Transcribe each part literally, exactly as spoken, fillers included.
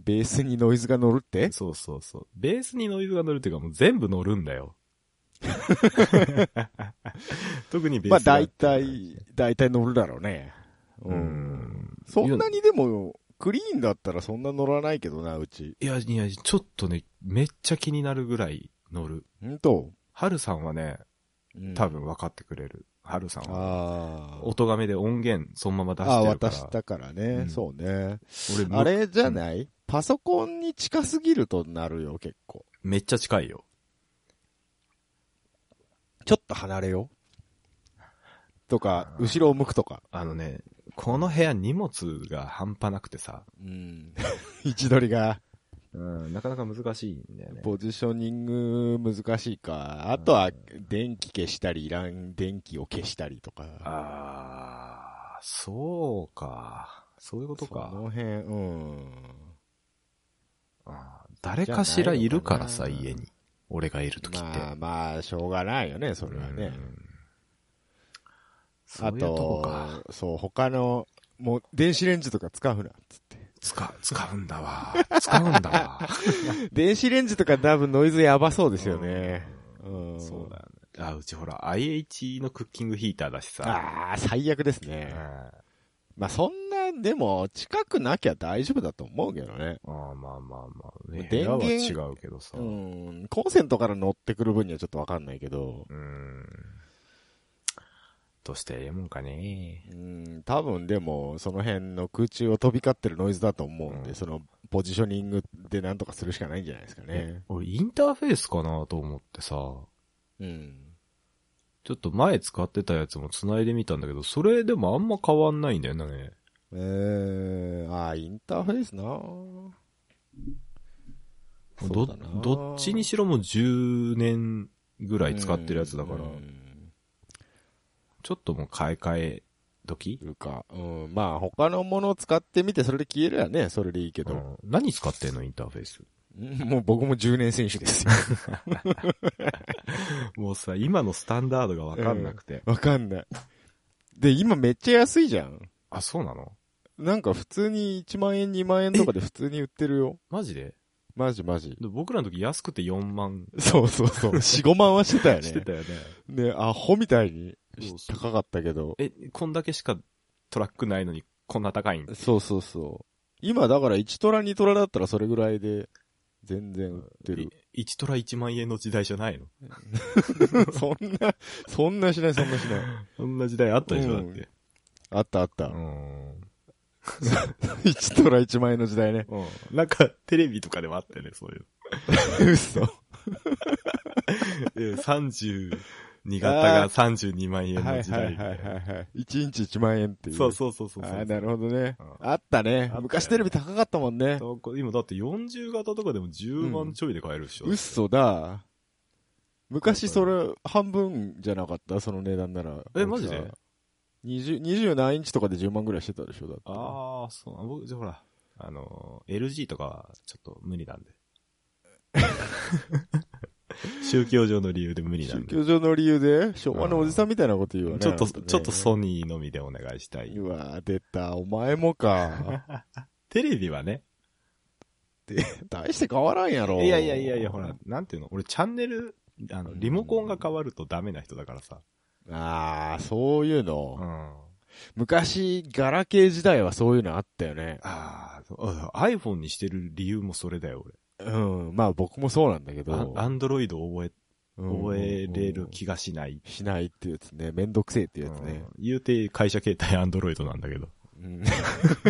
ベースにノイズが乗るって？ そうそうそう。ベースにノイズが乗るっていうかもう全部乗るんだよ。特にベースが。 まあ大体、大体乗るだろうね。うん。うんそんなにでも、クリーンだったらそんな乗らないけどな、うち。 いやいや、ちょっとね、めっちゃ気になるぐらい乗る。 ほんと？ はるさんはね、多分分かってくれる。はるさんは。音がめで音源そのまま出してるから。 ああ、渡したからね、うん。そうね。 俺あれじゃない、うん、パソコンに近すぎるとなるよ、結構。 めっちゃ近いよ。 ちょっと離れよ。とか、後ろを向くとか。 あのね、この部屋荷物が半端なくてさ。 うん。位置取りが。 うん、なかなか難しいんだよね。 ポジショニング難しいか。あとは、電気消したり、いらん電気を消したりとか。 ああ、そうか。そういうことか。 その辺、うん。 あ誰かしらいるからさ、家に。俺がいるときって。 まあまあ、しょうがないよね、それはね。 そういうとこか。 あと、そう、他の、もう、電子レンジとか使うな、つって。 使、使うんだわ。使うんだわ。 電子レンジとか多分ノイズやばそうですよね。 うん。うん、そうだよね。あ、うちほら、アイエイチ のクッキングヒーターだしさ。 ああ、最悪ですね。まあそんな、でも、近くなきゃ大丈夫だと思うけどね。 ああ、まあまあまあ。ね、電源は違うけどさ。 うん。コンセントから乗ってくる分にはちょっとわかんないけど。 うん。としてええもんかね。 うん、多分でも、その辺の空中を飛び交ってるノイズだと思うんで、うん、その、ポジショニングでなんとかするしかないんじゃないですかね。 俺、インターフェースかなと思ってさ。 うん。 ちょっと前使ってたやつも繋いでみたんだけど、それでもあんま変わんないんだよね。 えー、あー、インターフェースなど、どっちにしろもじゅうねんぐらい使ってるやつだから。ちょっともう買い替え時いうか、うん、まあ他のものを使ってみてそれで消えるやね、それでいいけど。うん、 何使ってんのインターフェース。 もう僕もじゅうねん選手ですよ。 もうさ、今のスタンダードがわかんなくて。 わ、うん、かんない。で、今めっちゃ安いじゃん。 あ、そうなの？ なんか普通にいちまんえんにまんえんとかで普通に売ってるよ。 マジで？ マジマジ。 僕らの時安くてよんまん。 そうそうそう。よん、ごまんはしてたよね。 してたよね。 ね、アホみたいに高かったけど。 え、こんだけしかトラックないのにこんな高いん？ そうそうそう。今だからいちトラにトラだったらそれぐらいで全然売ってる。 いちトラいちまんえんの時代じゃないの？ そんな、そんなしないそんなしない。 そんな時代あったでしょ、うん、だって。 あったあった。うん。いちトラいちまんえんの時代ね。 うん。なんか、テレビとかでもあったよね、そういう。 嘘。 さんじゅうに型がさんじゅうにまんえんの時代。 はいはいはいはい。いちインチいちまんえんっていう。 そうそうそうそうそう。 ああ、なるほどね。うん、あったね。昔テレビ高かったもんね。 今だってよんじゅう型とかでもじゅうまんちょいで買えるでしょ。 うん、嘘だ。昔それ半分じゃなかったその値段なら。 え、マジでにじゅう、にじゅう何インチとかでじゅうまんぐらいしてたでしょだって。 ああ、そう。僕、じゃほら、あの、エルジー とかはちょっと無理なんで。宗教上の理由で無理なんで。 宗教上の理由で昭和のおじさんみたいなこと言うわね。 ちょっと、ね、ちょっとソニーのみでお願いしたい。 うわ出た。お前もか。 テレビはね。 で、大して変わらんやろ。 いやいやいやいや、ほら、なんていうの俺チャンネル、あの、リモコンが変わるとダメな人だからさ。 ああ、そういうの。 うん。 昔、ガラケー時代はそういうのあったよね。 ああ、iPhone にしてる理由もそれだよ、 俺。うん。まあ僕もそうなんだけど。 アンドロイドを覚え、覚えれる気がしない。 しないっていうやつね。めんどくせえっていうやつね。 うん、言うて会社携帯アンドロイドなんだけど。うん、だ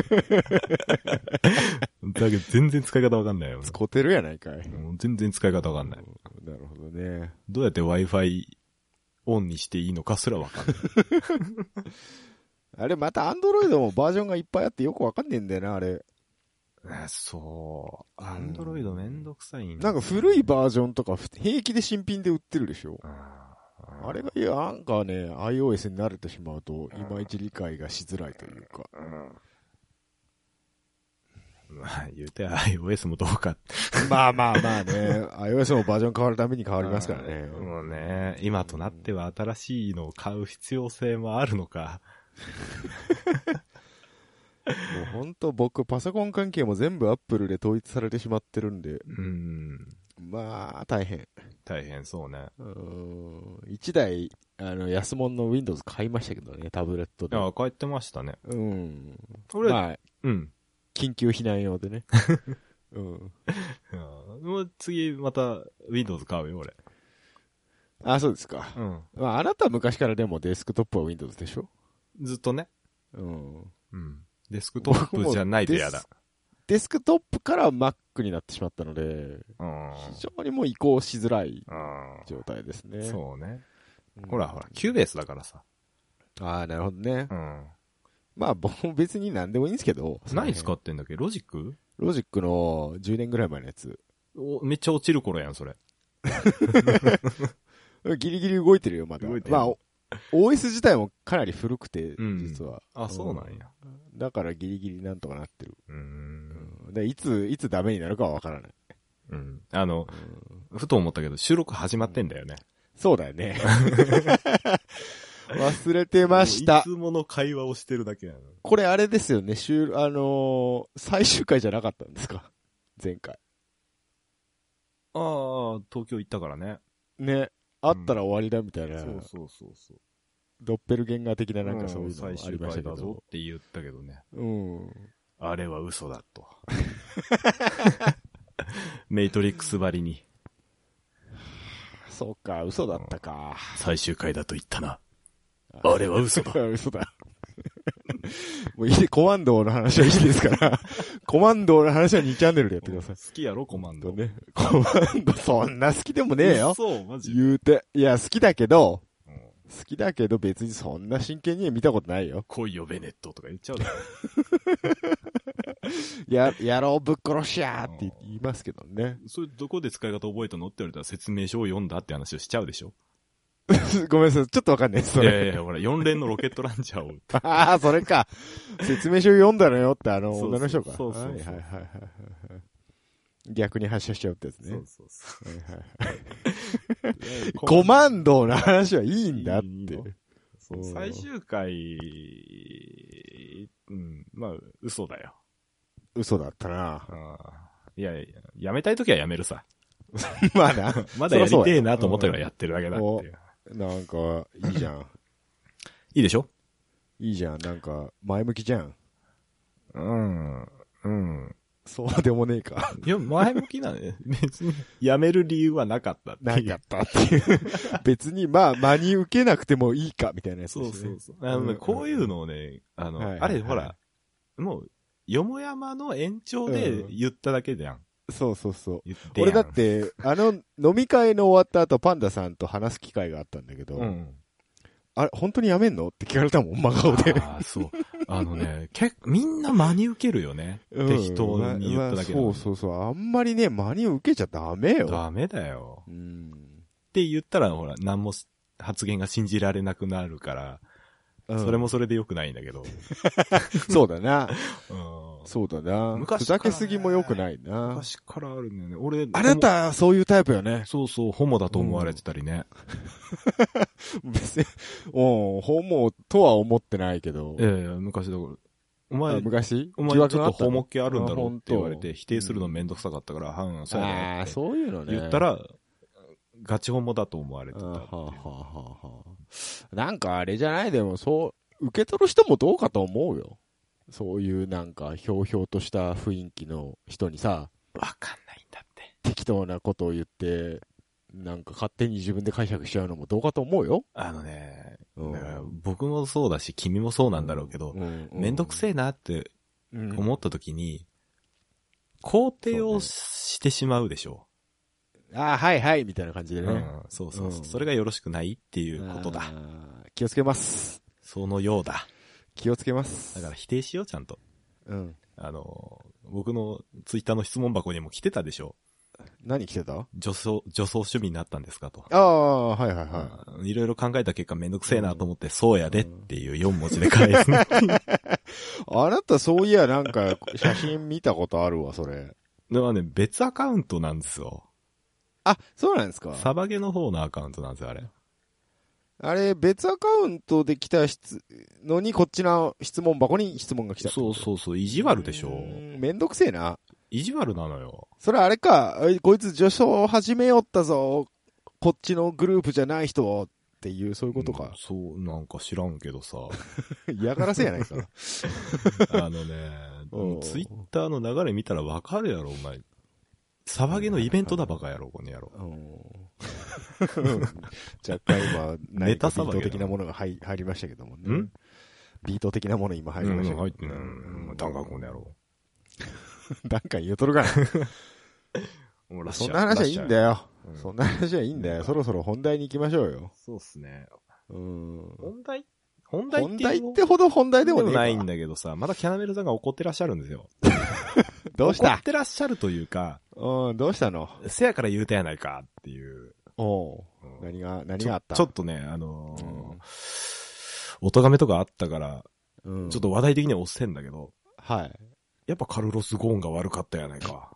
けど全然使い方わかんないよ。 使ってるやないかい。 うん、全然使い方わかんない。 なるほどね。 どうやって Wi-Fi オンにしていいのかすらわかんない。 あれ、またアンドロイドもバージョンがいっぱいあってよくわかんねえんだよな、あれ。 そう。アンドロイドめんどくさいんだ。なんか古いバージョンとか平気で新品で売ってるでしょ。あれが、いや、なんかね、iOS に慣れてしまうと、いまいち理解がしづらいというか。 まあ、言うて iOS もどうか。 まあまあまあね、iOS もバージョン変わるために変わりますからね。 もうね、今となっては新しいのを買う必要性もあるのか。 もうほんと僕パソコン関係も全部アップルで統一されてしまってるんで。 うーん。 まあ、大変。 大変そうね。 うーん。一台、あの、安物の Windows 買いましたけどね、タブレットで。 ああ、帰ってましたね。 うん。 俺、 まあ、 うん。 緊急避難用でね。うん。 もう次また Windows 買うよ、俺。 あ、そうですか。 うん。 まあ、あなたは昔からでもデスクトップは Windows でしょ？ ずっとね。 うん。 うん。デスクトップじゃないと嫌だ。 デスクトップから Mac になってしまったので、 うん。 非常にもう移行しづらい状態ですね。 そうね。 うん、 ほらほら、キューベースだからさ。 ああ、なるほどね。 うん。 まあ僕も別に何でもいいんですけど。 何使ってんだっけ？ロジック？ ロジックのじゅうねんぐらい前のやつ。 お、めっちゃ落ちる頃やん、それ。 ギリギリ動いてるよ、まだ。 動いてる。 まあ、オーエス 自体もかなり古くて、うん、実は。 あ、そうなんや。 だからギリギリなんとかなってる。 うーん。 うん、でいつ、いつダメになるかはわからない。 うん。あの、うん、ふと思ったけど、収録始まってんだよね。 そうだよね。忘れてました。 いつもの会話をしてるだけなの。 これあれですよね、週、あのー、最終回じゃなかったんですか？前回。 ああ、東京行ったからね。 ね。あったら終わりだみたいな。 うん、そうそうそうそう。 ドッペルゲンガー的ななんかそういうのありましたけど。最終回だぞって言ったけどね。 うん。 あれは嘘だと。メイトリックスばりに。 そうか、嘘だったか。 最終回だと言ったな。あれは嘘だ。 嘘だ。もういい、コマンドの話はいいですから。コマンドの話はにチャンネルでやってください。 好きやろ、コマンド。 ね。コマンド、そんな好きでもねえよ。 そう、マジ言うて。いや、好きだけど、うん、好きだけど別にそんな真剣には見たことないよ。 来いよ、ベネットとか言っちゃうだろ。 や、やろうぶっ殺しやーって言いますけどね。 それどこで使い方覚えたのって言われたら説明書を読んだって話をしちゃうでしょ。 ごめんなさい、ちょっとわかんないです、それ。 いやいや、ほら、よん連のロケットランチャーを。 ああ、それか。説明書読んだのよって、あの、女の人か。 そうそうそう。 はいはいはいはい。逆に発射しちゃうってやつね。 そうそうそう。 はいはい、コマンドの話はいいんだって。いいそう、最終回、うん、まあ、嘘だよ。 嘘だったな。 あいやいや、やめたいときはやめるさ。 まあな。 まだやりてえなと思ったからやってるだけだっていう。 なんか、いいじゃん。 いいでしょ？ いいじゃん。なんか、前向きじゃん。 うん。うん。 そうでもねえか。 いや、前向きなね。別に、やめる理由はなかったっていう。 なかったっていう。別に、まあ、真に受けなくてもいいか、みたいなやつですね。 そうそうそう。あの、こういうのをね、あの、はいはいはい、あれ、ほら、もう、よもやまの延長で言っただけじゃん。 うん、そうそうそう。俺だって、あの、飲み会の終わった後、パンダさんと話す機会があったんだけど、うん、あれ、本当にやめんのって聞かれたもん、真顔で。 ああ、そう。あのね、結構、みんな真に受けるよね。うん、適当に言っただけで、 まあまあ。そうそうそう。あんまりね、真に受けちゃダメよ。 ダメだよ。 うん。 って言ったら、ほら、何も発言が信じられなくなるから、うん、それもそれで良くないんだけど。 そうだな。 うんそうだな。昔から、ね、ふざけすぎも良くないな。 昔からあるんだよね。俺、 あなた、そういうタイプよね。 そうそう、ホモだと思われてたりね。 うん、別に、うん、ホモとは思ってないけど。 ええー、昔だから。お前、 昔お前ちょっとホモ系あるんだろうって言われて、否定するのめんどくさかったから、はん、そうああ、そういうのね。 言ったら、ガチホモだと思われてた。はあ、はあはあ、なんかあれじゃないでも、そう、受け取る人もどうかと思うよ。そういうなんか、ひょうひょうとした雰囲気の人にさ、 わかんないんだって。 適当なことを言って、なんか勝手に自分で解釈しちゃうのもどうかと思うよ。 あのね、うん、だから僕もそうだし、君もそうなんだろうけど、うんうんうん、めんどくせえなって思った時に、肯定をしてしまうでしょ。 ああ、はいはい、みたいな感じでね。うん、 そうそうそう、うん。それがよろしくないっていうことだ。 気をつけます。 そのようだ。 気をつけます。 だから否定しよう、ちゃんと。 うん。 あの、僕のツイッターの質問箱にも来てたでしょ。 何来てた？ 女装、女装趣味になったんですかと。 ああ、はいはいはい。 いろいろ考えた結果めんどくせえなと思って、うん、そうやでっていうよん文字で返す。 あなたそういやなんか写真見たことあるわ、それ。 でもね、別アカウントなんですよ。 あ、そうなんですか？ サバゲの方のアカウントなんですよ、あれ。 あれ、別アカウントで来た質のに、こっちの質問箱に質問が来た。 そうそうそう、意地悪でしょ。 めんどくせえな。 意地悪なのよ。 それあれか、こいつ女装始めよったぞ、こっちのグループじゃない人っていう、そういうことか。うん、 そう、なんか知らんけどさ。 嫌がらせやないか。 あのね、ツイッターの流れ見たらわかるやろ、お前。騒ぎのイベントだバカ野郎、この野郎。 若干今、ネタビート的なものが入入りましたけどもね。んビート的なもの今入りましたけど、ね。うん、入ってね。ダンカンこの野郎。 ダンカン言うとるかな。そんな話はいいんだよ。うん、そんな話はいいんだよ。そろそろ本題に行きましょうよ。 そうっすね。 うん。 本題本題って本題ってほど本題でもねえかないんだけどさ、まだキャナメルさんが怒ってらっしゃるんですよ。 どうした怒ってらっしゃるというか、 うん、どうしたのせやから言うてやないかっていう。 おう、うん、何が、何があったちょ、ちょっとね、あのー、うん、お咎めとかあったから、うん、ちょっと話題的には押せんだけど、 はい。 やっぱカルロス・ゴーンが悪かったやないか。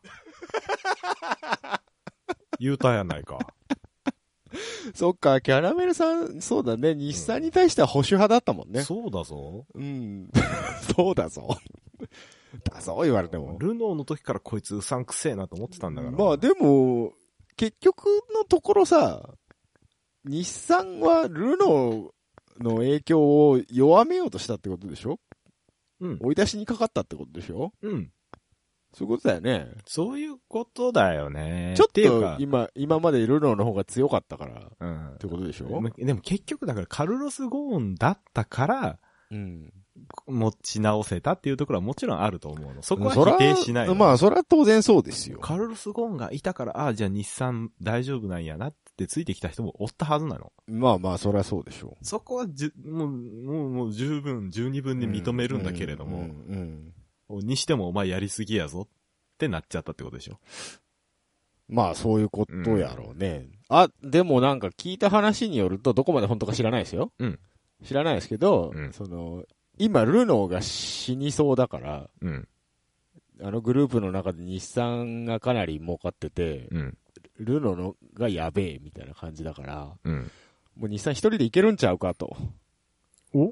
言うたやないか。 そっか、キャラメルさん、そうだね、日産に対しては保守派だったもんね。 うん、そうだぞ。 うん。そうだぞ。だぞ、言われても。 ルノーの時からこいつうさんくせえなと思ってたんだから。 まあでも、結局のところさ、日産はルノーの影響を弱めようとしたってことでしょ？うん。追い出しにかかったってことでしょ？ うん。 そういうことだよね。 そういうことだよね。 ちょっと今、今までルノーの方が強かったから、うん。ってことでしょ？ でも結局だからカルロス・ゴーンだったから、うん。持ち直せたっていうところはもちろんあると思うの。そこは否定しないの。 まあ、それは当然そうですよ。 カルロス・ゴーンがいたから、ああ、じゃあ日産大丈夫なんやなってついてきた人もおったはずなの。 まあまあ、それはそうでしょう。 そこはじゅ、もう、もう、もう十分、十二分に認めるんだけれども、うんうんうん、にしてもお前やりすぎやぞってなっちゃったってことでしょ。 まあ、そういうことやろうね。うん、あ、でもなんか聞いた話によると、どこまで本当か知らないですよ。うん。知らないですけど、うん、その、今、ルノーが死にそうだから、うん、あのグループの中で日産がかなり儲かってて、うん、ルノーのがやべえみたいな感じだから、うん、もう日産一人でいけるんちゃうかと。お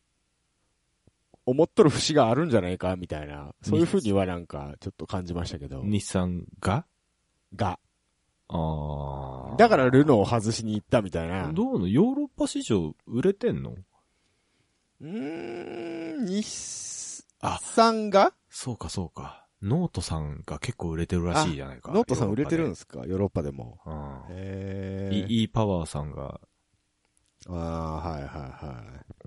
思っとる節があるんじゃないかみたいな、そういう風にはなんかちょっと感じましたけど。 日産がが。 ああ。 だからルノーを外しに行ったみたいな。 どうのヨーロッパ市場売れてんのうーん、日産がそうかそうか。ノートさんが結構売れてるらしいじゃないか。 ノートさん売れてるんですかヨーロッパでも。 うん、へー。E パワーさんが。 ああ、はいはいはい。 うん、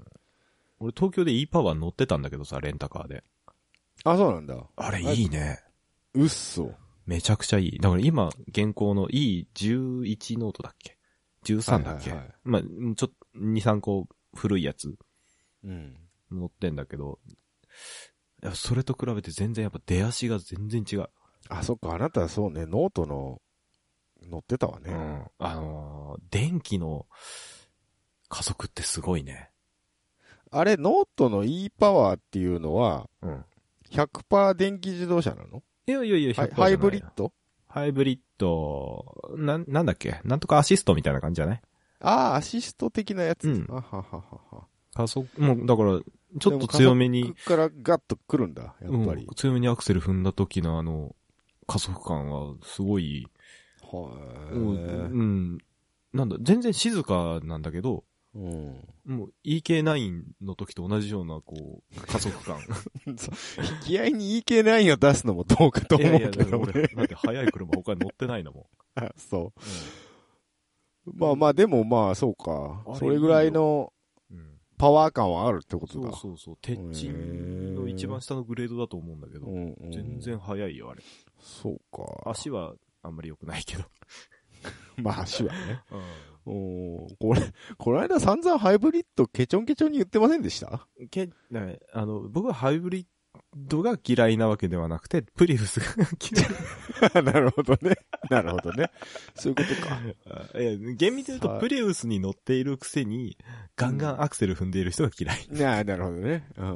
俺東京で E パワー乗ってたんだけどさ、レンタカーで。 あ、そうなんだ。 あれいいね。 うっそ。 めちゃくちゃいい。だから今、現行の イーじゅういち ノートだっけ ?じゅうさん だっけ、はいはいはい、まあ、ちょっとに、さんこ古いやつ。うん。乗ってんだけど、いやそれと比べて全然やっぱ出足が全然違う。 あ、そっか、あなたはそうね、ノートの、乗ってたわね。 うん。あのー、電気の加速ってすごいね。 あれ、ノートの E パワーっていうのは、うん。ひゃくパーセント 電気自動車なの？ いやいやいや、ひゃくパーセントハイブリッド？ ハイブリッド、な、なんだっけなんとかアシストみたいな感じじゃない？ ああ、アシスト的なやつ。 うん。 あはははは。 加速、もう、だから、ちょっと強めに。 加速からガッと来るんだ、やっぱり。 うん、強めにアクセル踏んだ時のあの、加速感はすごい。 はい、うん。うん。なんだ、全然静かなんだけど、うん、もう イーケーナイン の時と同じような、こう、加速感。 引き合いに イーケーナイン を出すのもどうかと思うけど、ね。いやいや、 俺、だって速い車他に乗ってないのもん。あ、そう。うん、まあまあ、でもまあ、そうか。それぐらいの、パワー感はあるってことだ。 そうそうそう。鉄筋の一番下のグレードだと思うんだけど、うんうん、全然速いよ、あれ。 そうか。 足はあんまり良くないけど。 まあ足はね。うん、おこれ、この間散々ハイブリッドケチョンケチョンに言ってませんでした？ け、ね、あの、僕はハイブリッドが嫌いなわけではなくて、プリウスが嫌い。なるほどね。なるほどね。そういうことか。いや、厳密に言うとプリウスに乗っているくせに、ガンガンアクセル踏んでいる人が嫌い。 うん、ああ、なるほどね。うん。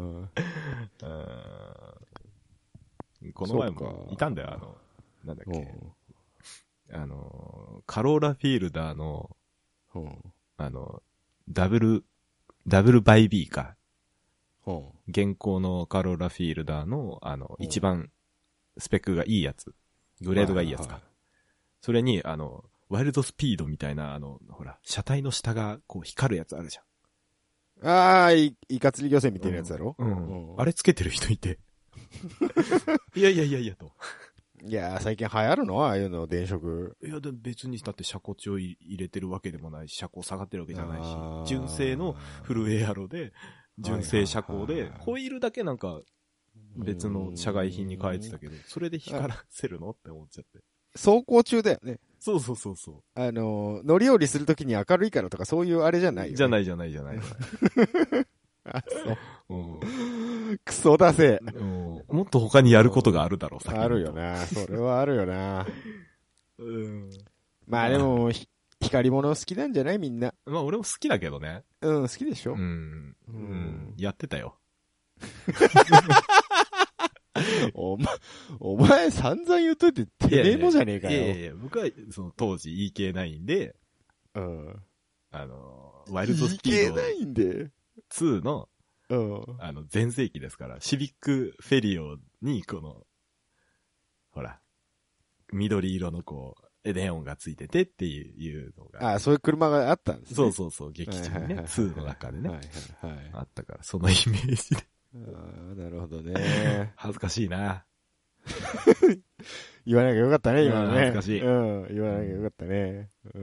この前もいたんだよ、あの、なんだっけ。あの、カローラフィールダーの、うん、あの、 ダブル、ダブルバイ B か。 ほう現行のカローラフィールダーの、あの、一番スペックがいいやつ。グレードがいいやつか。はいはいはい、それに、あの、ワイルドスピードみたいな、あの、ほら、車体の下がこう光るやつあるじゃん。 ああ、い、いかつり漁船みたいなやつだろ、 うんうんうん、あれつけてる人いて。いやいやいやいやと。 いや、最近流行るのああいうの、電飾。 いや、別にだって車高値を入れてるわけでもないし、車高下がってるわけじゃないし、純正のフルエアロで、純正車高で、ホイールだけなんか別の社外品に変えてたけど、それで光らせるのって思っちゃって。 走行中だよね。 そうそうそうそう。 あの、乗り降りするときに明るいからとかそういうあれじゃないよね。 じゃないじゃないじゃない。 あ、そう。うん、クソだせ、 うん。もっと他にやることがあるだろう、 先に。あるよな。それはあるよな。うん。まあでも、光り物好きなんじゃないみんな。 まあ俺も好きだけどね。 うん、好きでしょ。 うん。うん。やってたよ。 お前、お前散々言っといて、てめえもじゃねえかよ。 いやいやいや、僕は、その当時 イーケーナイン で、 うん。 あの、ワイルドスピードイーケーナイン でツーの、 うん。 あの、全盛期ですから、シビックフェリオに、この、ほら、緑色のこう、ネオンがついててっていうのが。 ああ、そういう車があったんですね。 そうそうそう、劇中にね、ツーの中でね。 はいはいはい。 あったから、そのイメージで。 ああ、なるほどね。 恥ずかしいな。 言わなきゃよかったね、今のね。 恥ずかしい。 うん、言わなきゃよかったね。うん。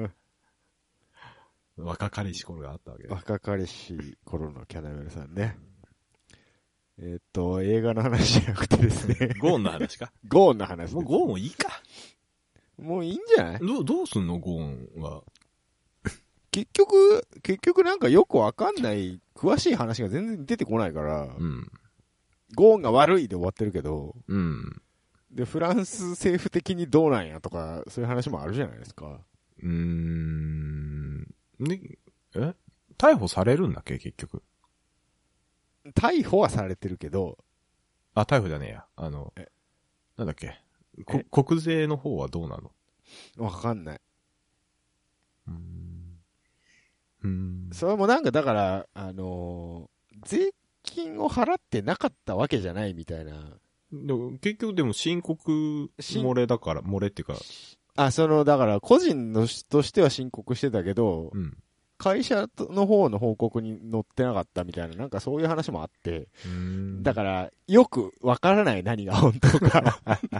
若かりし頃があったわけです。若かりし頃のキャナメルさんね。えー、っと、映画の話じゃなくてですね。 ゴーンの話かゴーンの話。 もうゴーンもいいか。 もういいんじゃない？ どう、どうすんのゴーンは。 結局、結局なんかよくわかんない詳しい話が全然出てこないから、うん、ゴーンが悪いで終わってるけど、 うん、 で、フランス政府的にどうなんやとか、そういう話もあるじゃないですか。 うーん。ね、え逮捕されるんだっけ結局。 逮捕はされてるけど。 あ、逮捕じゃねえや。あの、なんだっけこ国税の方はどうなの？ わかんない。 うーん。うーん。 それもなんかだから、あのー、税金を払ってなかったわけじゃないみたいな。 でも結局でも申告漏れだから、漏れっていうか。 あ、その、だから個人のとしては申告してたけど、うん、会社の方の報告に載ってなかったみたいな、なんかそういう話もあって、 うーんだからよくわからない何が本当か。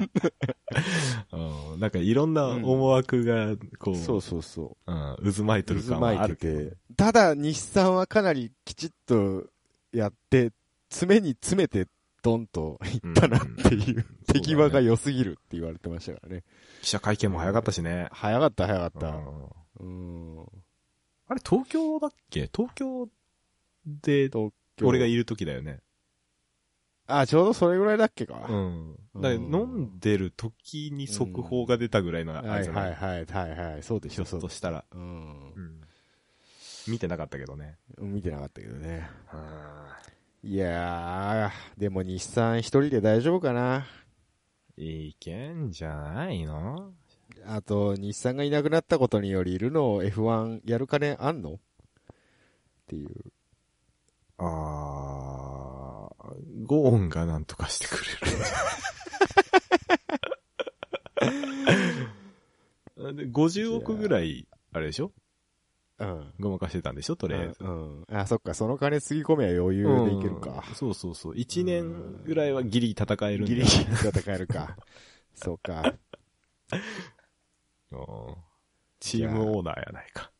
うん、なんかいろんな思惑が、こう、うん、 そうそうそう。 うん、渦巻いてる感はあるけど、ね。 ただ日産はかなりきちっとやって、詰めに詰めて、ドンといったなっていう、うん、手際が良すぎるって言われてましたからね。 記者会見も早かったしね。 早かった早かった。 うん、うんあれ、東京だっけ？東京で、俺がいる時だよね。 あ、ちょうどそれぐらいだっけか。 うん。だから飲んでる時に速報が出たぐらいのあれじゃない、 うん、はいはいはいはい。そうでしょ。 ひょっとしたら。 うん。うん、 見てなかったけどね。 見てなかったけどね。いやー、でも日産一人で大丈夫かな。 いけんじゃないの？ あと、日産がいなくなったことにより、ルノー エフワン やる金あんのっていう。 あー、ゴーンがなんとかしてくれる。ごじゅうおくぐらい、あれでしょ？うん。ごまかしてたんでしょとりあえず。 うん。うん、あ、そっか、その金つぎ込めば余裕でいけるか、 うん。そうそうそう。いちねんぐらいはギリ戦えるんだ。 ギリギリ戦えるか。そうか。 チームオーナーやないか。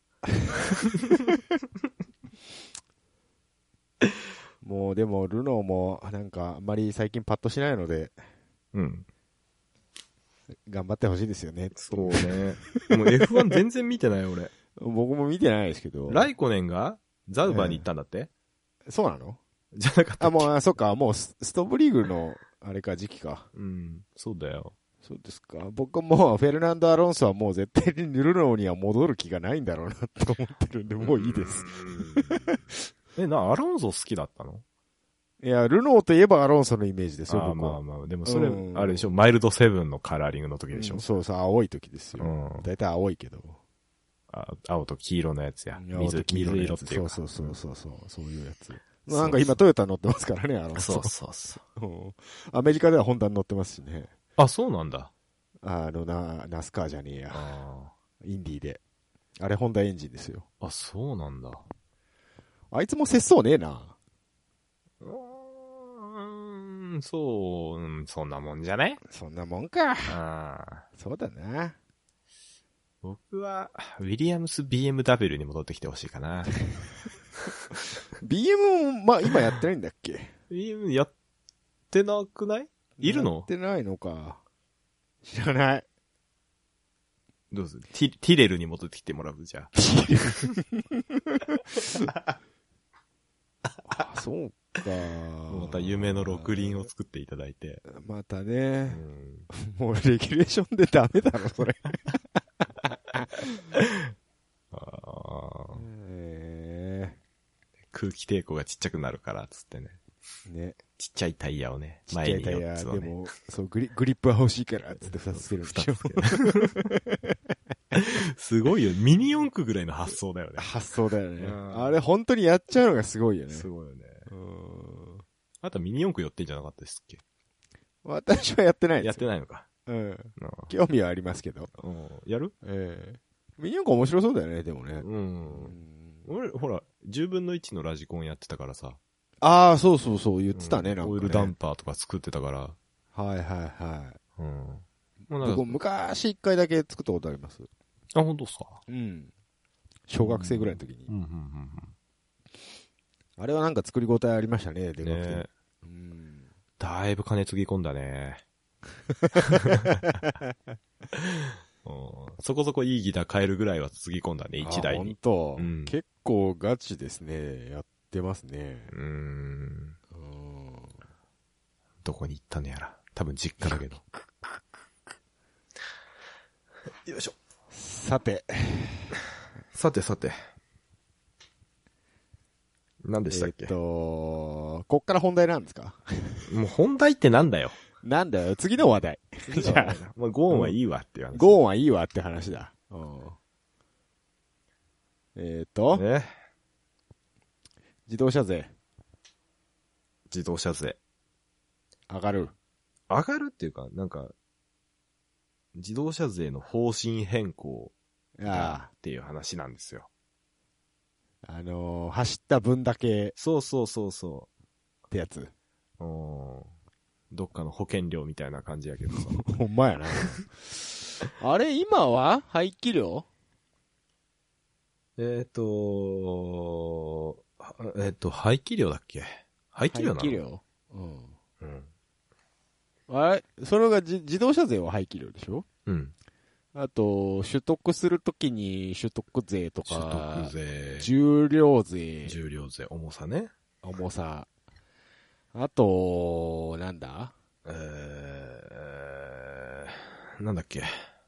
もうでもルノーもなんかあんまり最近パッとしないので、 うん。 頑張ってほしいですよね。 そうね。もう エフワン 全然見てない俺。 僕も見てないですけど。 ライコネンがザウバーに行ったんだって、 えー、そうなの？ じゃなかったっけ？ あ、もう、あ、そっか、もうストブリーグのあれか時期か。 うん、そうだよ。 そうですか。僕もフェルナンド・アロンソはもう絶対にルノーには戻る気がないんだろうなと思ってるんで、もういいです。 え、な、アロンソ好きだったの？ いや、ルノーといえばアロンソのイメージですよ、 あ僕は。まあまあ、でもそれ、うん、あれでしょ、マイルドセブンのカラーリングの時でしょ。 うん、そうそう、青い時ですよ。うん、だいたい青いけど。 青と黄色のやつや。水、水色っていうか。 そうそうそうそう、そういうやつ。なんか今トヨタ乗ってますからね、あの。 そうそうそう。 アメリカではホンダに乗ってますしね。 あ、そうなんだ。 あの、な、ナスカーじゃねえや。インディーで。あれホンダエンジンですよ。 あ、そうなんだ。 あいつも節操ねえな。 うーん、そう、うん、そんなもんじゃね？ そんなもんか。ああ。 そうだな。 僕は、ウィリアムス ビーエムダブリュー に戻ってきてほしいかな。 ビーエム も、ま、今やってないんだっけ？ ビーエム やってなくない？いるの？ やってないのか。知らない。 どうする？ティ、ティレルに戻ってきてもらうじゃあ。あ、そうか。 また夢の六輪を作っていただいて。 またね。うん、もうレギュレーションでダメだろ、それ。 あえー、空気抵抗がちっちゃくなるからつってね。ね。ちっちゃいタイヤをね。 前によっつをね。でも、そうグリ、グリップは欲しいからつって二つつけるんでしょ。 すごいよ。ミニ四駆ぐらいの発想だよね。 発想だよね。あれ本当にやっちゃうのがすごいよね。 すごいよね。うん。あとミニ四駆寄ってんじゃなかったですっけ？ 私はやってないです。 やってないのか。 うん。興味はありますけど。 うん。やる？ ええー。ミニ四駆面白そうだよね、でもね。 うん。うん、俺、ほら、じゅうぶんのいちのラジコンやってたからさ。 ああ、そうそうそう、言ってたね、うん、なんか、ね。 オイルダンパーとか作ってたから。 はいはいはい。うん。 もうなんか僕、昔一回だけ作ったことあります。 あ、本当っすか？ うん。小学生ぐらいの時に。うんうんうんうん、あれはなんか作り応えありましたね、でかくて。ね、うん。 だいぶ金つぎ込んだね。うん、そこそこいいギター買えるぐらいはつぎ込んだね、一台に。 ほんと、うん、結構ガチですね。やってますね。 うーん。うん。どこに行ったのやら。多分実家だけど。よいしょ。 さて。 さてさて。何でしたっけ？ えっと、こっから本題なんですか？ もう本題ってなんだよ。 なんだよ、次の話題。じゃあ、 まあ、ゴーンはいいわっていう話。 ゴーンはいいわって話だ。うん、えっと、 え自動車税。 自動車税。 上がる。 上がるっていうか、なんか、自動車税の方針変更だっていう話なんですよ。 あのー、走った分だけ。 そうそうそうそう。 ってやつ。 うん。どっかの保険料みたいな感じやけどさ。 ほんまやな。あれ、今は排気量？ えっ、ー、と、えっ、ー、と、排気量だっけ？排気量なの？ 排気量？うん。うん。あれ、それがじ自動車税は排気量でしょ？うん。あと、取得するときに取得税とか、 取得税。 重量税。 重量税。重さね。 重さ。あと、なんだ？ えー、なんだっけ。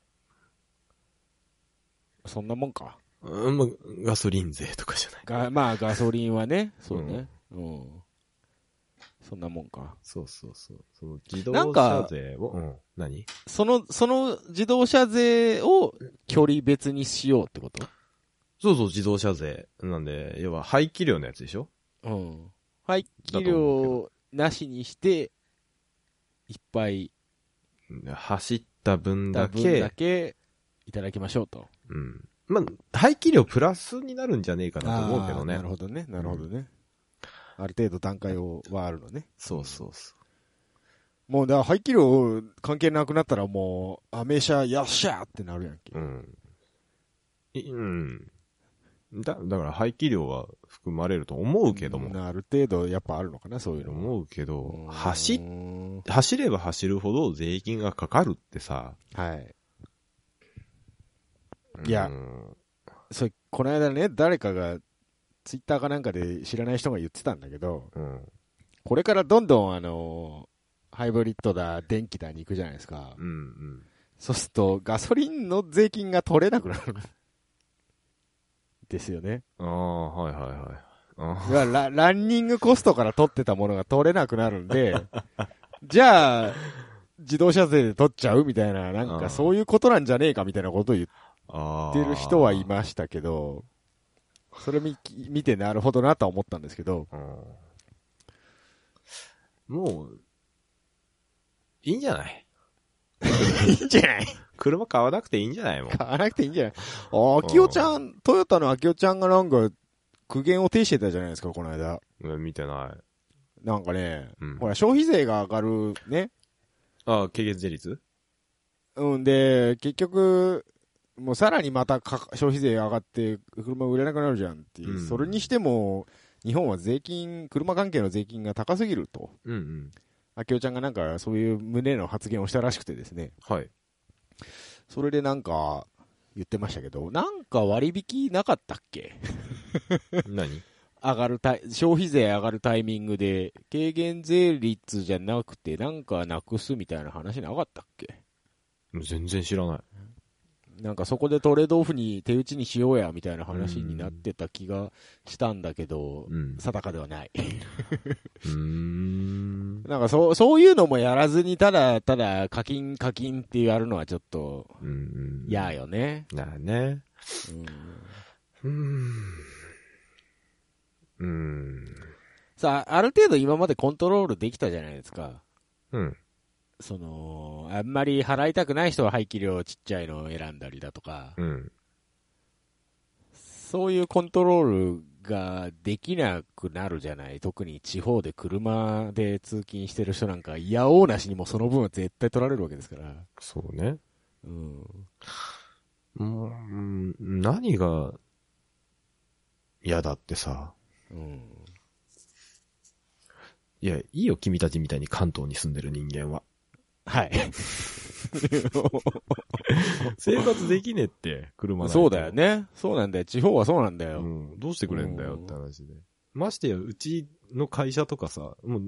そんなもんか。 うん、ま、ガソリン税とかじゃない。 が、まあガソリンはね、そうね。うん。うん、そんなもんか。 そうそうそう。その自動車税を、うん、何？ その、その自動車税を距離別にしようってこと？ そうそう、自動車税。なんで、要は排気量のやつでしょ？ うん。排気量なしにして、いっぱい走った分だけ、 分だけいただきましょうと。 うん。まあ、排気量プラスになるんじゃねえかなと思うけどね。 なるほどね、なるほどね。うん、ある程度段階をはあるのね。 そうそうそう。 もうだから排気量関係なくなったらもう、アメ車やっしゃーってなるやんけ。 うん。うん。だ、だから排気量は含まれると思うけども。 うん、ある程度やっぱあるのかな、そういうの。 思うけど、走、走れば走るほど税金がかかるってさ。 はい。いや、それ、この間ね、誰かが、ツイッターかなんかで知らない人が言ってたんだけど、うん、これからどんどんあの、ハイブリッドだ、電気だに行くじゃないですか。うんうん、そうすると、ガソリンの税金が取れなくなる。ですよね。 ああ、はいはいはい。 あラ, ランニングコストから取ってたものが取れなくなるんで、じゃあ、自動車税で取っちゃうみたいな、なんかそういうことなんじゃねえかみたいなことを言ってる人はいましたけど、それ見、見てなるほどなとは思ったんですけど。 もう、いいんじゃないいいんじゃない車買わなくていいんじゃないもん。 買わなくていいんじゃないあ、秋代ちゃん、トヨタの秋代ちゃんがなんか、苦言を呈してたじゃないですか、この間。 見てない。 なんかね、 うん、 ほら、消費税が上がるね。 ああ、軽減税率うんで、結局、もうさらにまたか消費税上がって車売れなくなるじゃんっていう、うん、それにしても日本は税金、車関係の税金が高すぎると。 うんうん。 秋代ちゃんがなんかそういう胸の発言をしたらしくてですね。 はい。 それでなんか言ってましたけど、なんか割引なかったっけ何上がるタイ、消費税上がるタイミングで軽減税率じゃなくてなんかなくすみたいな話なかったっけ？ 全然知らない。 なんかそこでトレードオフに手打ちにしようやみたいな話になってた気がしたんだけど、うん、定かではない。 うーんなんかそう、そういうのもやらずにただただ課金課金ってやるのはちょっと嫌よね。 なあね。うん。うーん。うーん。 さあ、ある程度今までコントロールできたじゃないですか。 うん。 その、あんまり払いたくない人は排気量ちっちゃいのを選んだりだとか、 うん、 そういうコントロールができなくなるじゃない。特に地方で車で通勤してる人なんか、いやおうなしにもその分は絶対取られるわけですから。 そうね。 うん。 うん、何が嫌だってさ。 うん。 いや、いいよ、君たちみたいに関東に住んでる人間は。 はい。 生活できねえって、車なんて。 そうだよね。そうなんだよ。地方はそうなんだよ。 うん。どうしてくれんだよって話で。ましてや、うちの会社とかさ、もう、うん、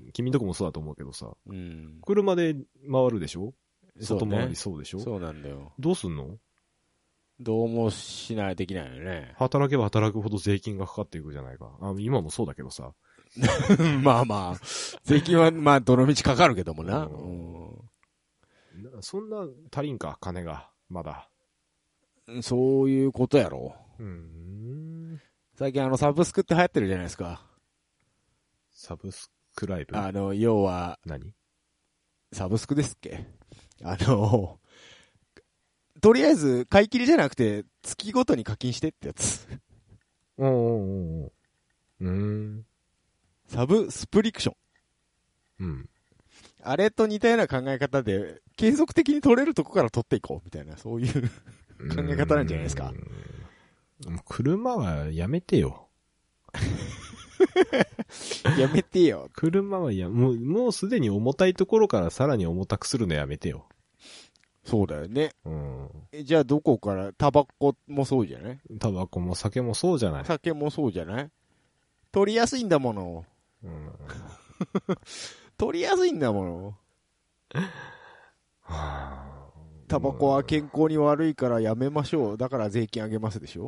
君んとこもそうだと思うけどさ、 うん、 車で回るでしょ？外回りそうでしょ？ そうなんだよ。 どうすんの？ どうもしないできないよね。 働けば働くほど税金がかかっていくじゃないか。あ、今もそうだけどさ。 まあまあ、税金はまあどの道かかるけどもな。うん、 そんな足りんか、金が、まだ。 そういうことやろ。 うーん。 最近あのサブスクって流行ってるじゃないですか。 サブスクライブ？ あの、要は、 何？ サブスクですっけ？あの、とりあえず買い切りじゃなくて月ごとに課金してってやつ。 おーおーおー。うーん。 サブスプリクション。 うん。 あれと似たような考え方で、継続的に取れるとこから取っていこうみたいな、そういう考え方なんじゃないですか。 車はやめてよ。 やめてよ。 車はや、もう、もうすでに重たいところからさらに重たくするのやめてよ。 そうだよね。 うん。 え、じゃあどこから、タバコもそうじゃない？ タバコも酒もそうじゃない？ 酒もそうじゃない？取りやすいんだもの。うん。取りやすいんだもの。タバコは健康に悪いからやめましょう。だから税金上げますでしょ？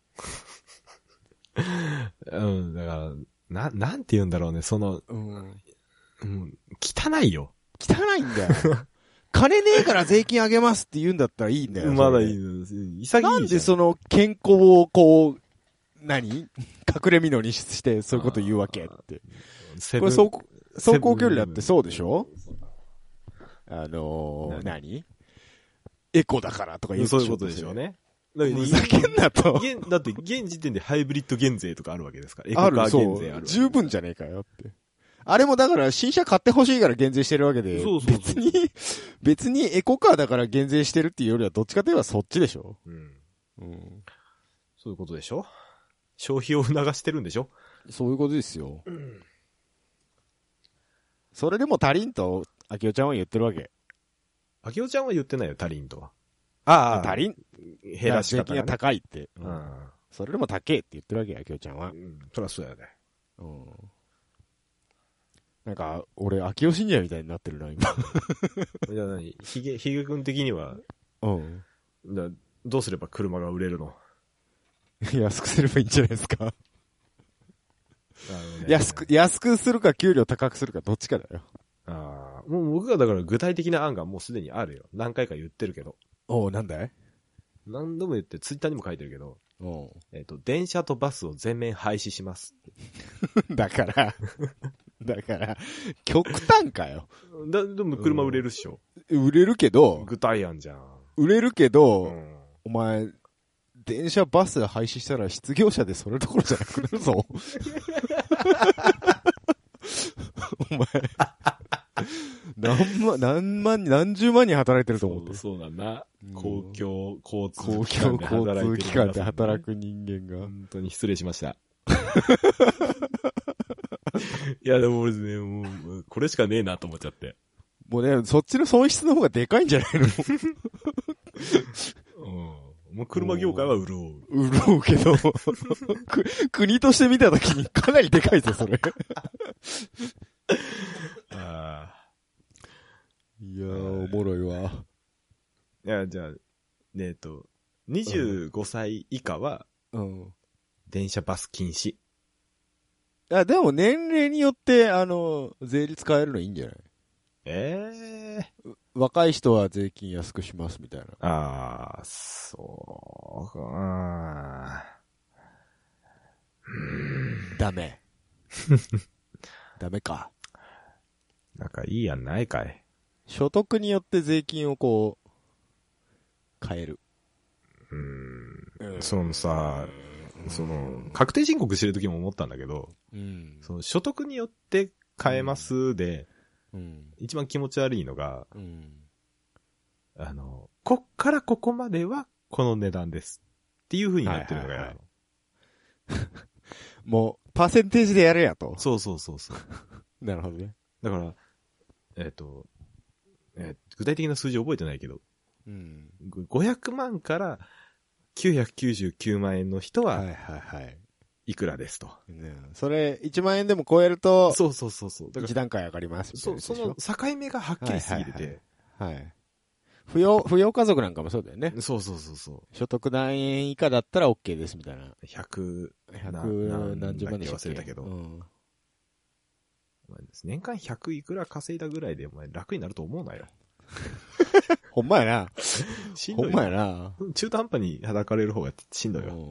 うん、だから、な、なんて言うんだろうね、その、うん。うん、汚いよ。 汚いんだよ。金ねえから税金上げますって言うんだったらいいんだよ。 まだいいの。潔いじゃん。 なんでその健康をこう、何隠れみのにしてそういうこと言うわけって。これ走行、走行距離だってそうでしょ？あのー、何エコだからとか言うそういうことでしょうね。 ふざけんなと。 だって、現時点でハイブリッド減税とかあるわけですから。エコカー減税ある。 十分じゃねえかよって。あれもだから新車買ってほしいから減税してるわけで。そうそうそう。別に、別にエコカーだから減税してるっていうよりはどっちかといえばそっちでしょ？うん。 うん。そういうことでしょ？消費を促してるんでしょ？ そういうことですよ。うん。それでも足りんと、秋代ちゃんは言ってるわけ。 秋代ちゃんは言ってないよ、足りんとは。 ああ、足りん減らし方が、ね、 税金が高いって。うん。それでも高えって言ってるわけや、秋代ちゃんは。 うん。そりゃそうやね。うん。 なんか、俺、秋代信者みたいになってるな、今。 じゃあ何ひげ、ひげくん的には、うん。だどうすれば車が売れるの？ 安くすればいいんじゃないですか。ね、安く、安くするか給料高くするかどっちかだよ。 ああ、もう僕がだから具体的な案がもうすでにあるよ。何回か言ってるけど。 おう、なんだい？ 何度も言ってツイッターにも書いてるけど、えっと、電車とバスを全面廃止しますって。だから、だから、極端かよ。 だ、でも車売れるっしょ。 売れるけど、 具体案じゃん。 売れるけど、うん、お前、電車バス廃止したら失業者でそれどころじゃなくなるぞ。お前、何万、何万、何十万人働いてると思って。 そう、そうなんだ。公共交通機関で働いてる。公共交通機関で働く人間が。 本当に失礼しました。いや、でも俺ね、もう、これしかねえなと思っちゃって。 もうね、そっちの損失の方がでかいんじゃないの？ うん。もう車業界は潤う。潤うけど、国として見たときにかなりでかいぞ、それ。あいやー、おもろいわ。 いや、じゃあ、ねえっと、にじゅうごさい以下は、うん。電車バス禁止。 あ、でも年齢によって、あの、税率変えるのいいんじゃない？ ええー。 若い人は税金安くしますみたいな。 ああ、そうかな。 ダメ。ダメか。 なんかいいやんないかい。 所得によって税金をこう、変える。 うーん。そのさ、その、確定申告してる時も思ったんだけど、うん、その所得によって変えますで、うん、一番気持ち悪いのが、うん、あの、こっからここまではこの値段ですっていう風になってるのが、はいはいはい、もう、パーセンテージでやれやと。 そうそうそうそう。 なるほどね。 だから、えっ、ー、と、えー、具体的な数字覚えてないけど、うん、ごひゃくまんからきゅうひゃくきゅうじゅうきゅうまん円の人は、はいはいはい。いくらですと。 ね、それ、いちまん円でも超えると、 そうそうそうそう。 だからいち段階上がりますみたいな。 そう、その境目がはっきりすぎてて。 はい、はいはい。扶養、扶養家族なんかもそうだよね。 そうそうそうそう。 所得何円以下だったら OK ですみたいな。 ひゃく、 ひゃく何十万でしたっけ？ 忘れたけど。うん、年間ひゃくいくら稼いだぐらいでお前楽になると思うなよ。 ほんまやな。 しんどい。 ほんまやな。 中途半端に働かれる方がしんどいよ。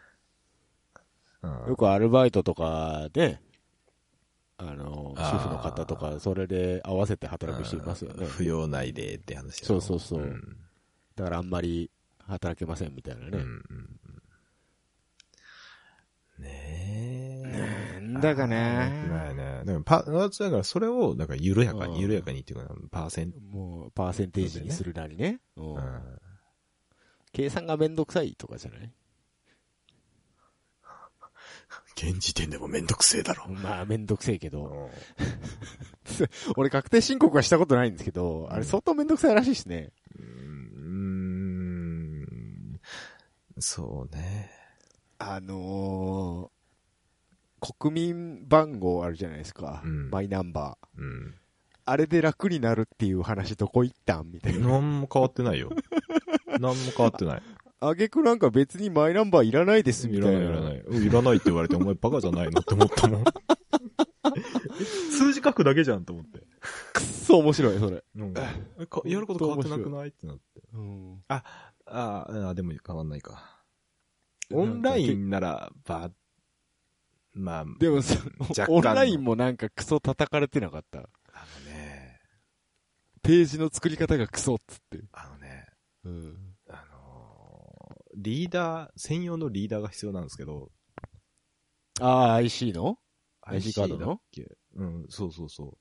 よくアルバイトとかで、あの、主婦の方とか、それで合わせて働く人いますよね。 扶養内でって話。 そうそうそう、うん。だからあんまり働けませんみたいなね。うんうんうん、ねえ。なんだかな。 ないね。だからパ、だからそれを、だから緩やかに、緩やかにっていうか、パーセント。 もう、パーセンテージにするなりね。うん、計算がめんどくさいとかじゃない？ 現時点でもめんどくせえだろ。 まあ、めんどくせえけど。俺、確定申告はしたことないんですけど、あれ相当めんどくさいらしいですね。うーん。そうね。 あのー、国民番号あるじゃないですか。うん、マイナンバー。うん。あれで楽になるっていう話どこ行ったんみたいな。 なんも変わってないよ。なんも変わってない。 あげくなんか別にマイナンバーいらないですみたいな。 いらないいらない。いらないって言われてお前バカじゃないのって思ったもん。数字書くだけじゃんと思って。 くっそ面白い、それ。うん、 やること変わってなくないってなって。うん、あ、あ、あ、でも変わんないか。オンラインならば、まあ、 でもさ、オンラインもなんかクソ叩かれてなかった。あのね、ページの作り方がクソっつって。 あのね、うん。リーダー、専用のリーダーが必要なんですけど。 ああ、アイシー の アイシー カードのうん、そうそうそう。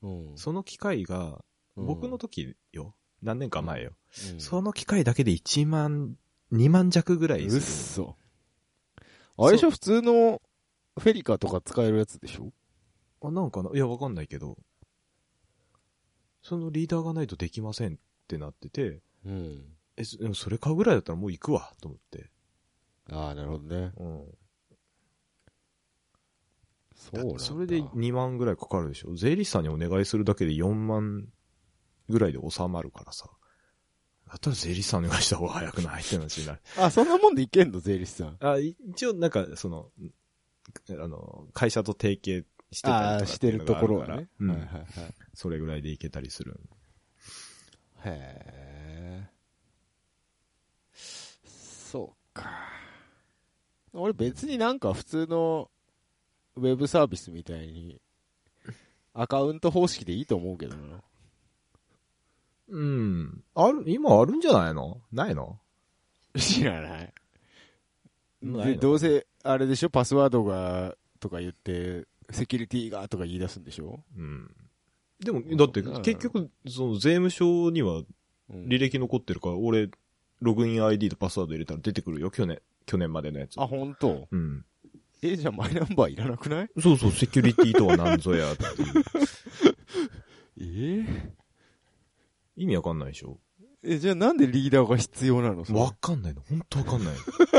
うん、その機械が、僕の時よ。うん、何年か前よ、うん。その機械だけでいちまん、にまん弱ぐらいする。 うっそ。あれでしょ普通のフェリカとか使えるやつでしょ？ あ、なんかな、いや、わかんないけど。そのリーダーがないとできませんってなってて。うん。え、でもそれ買うぐらいだったらもう行くわ、と思って。 ああ、なるほどね。うん。 そうなんだ。それでにまんぐらいかかるでしょ。税理士さんにお願いするだけでよんまんぐらいで収まるからさ。だったら税理士さんお願いした方が早くないって話になる。 あ、そんなもんでいけんの税理士さん。 あ、一応なんか、その、あの、会社と提携してたりとかああ、してるところはね。 うん。はいはいはい。それぐらいでいけたりする。 へえ。 そうか。俺別になんか普通のウェブサービスみたいにアカウント方式でいいと思うけどな。 うん。ある、今あるんじゃないの？ないの？ 知らない。で、どうせ、あれでしょ、パスワードが、とか言って、セキュリティが、とか言い出すんでしょ？うん。 でも、だって、結局、その、税務署には、履歴残ってるから、うん、俺、ログイン アイディー とパスワード入れたら出てくるよ、去年、去年までのやつ。 あ、ほんと？ うん。 え、じゃあマイナンバーいらなくない？ そうそう、セキュリティとは何ぞや、っていう。えー、 意味わかんないでしょ？ え、じゃあなんでリーダーが必要なの？ わかんないの。ほんとわかんない。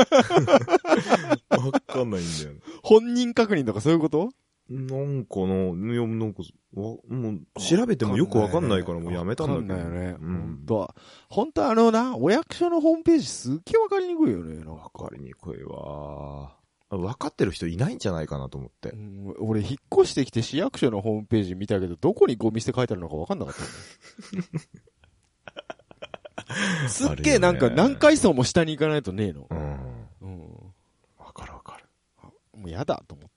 わかんないんだよ。 本人確認とかそういうこと？ なんかな、いや、なんか、もう、調べてもよくわかんないからもうやめたんだけど。 わかんないよね。うん。本当は。本当はあのな、お役所のホームページすっげえわかりにくいよね。 わかりにくいわ。わかってる人いないんじゃないかなと思って。 うん、俺引っ越してきて市役所のホームページ見たけど、どこにゴミ捨て書いてあるのかわかんなかった。すっげえなんか何階層も下に行かないとねえの。うん。 うん。わかるわかる。 もうやだと思って。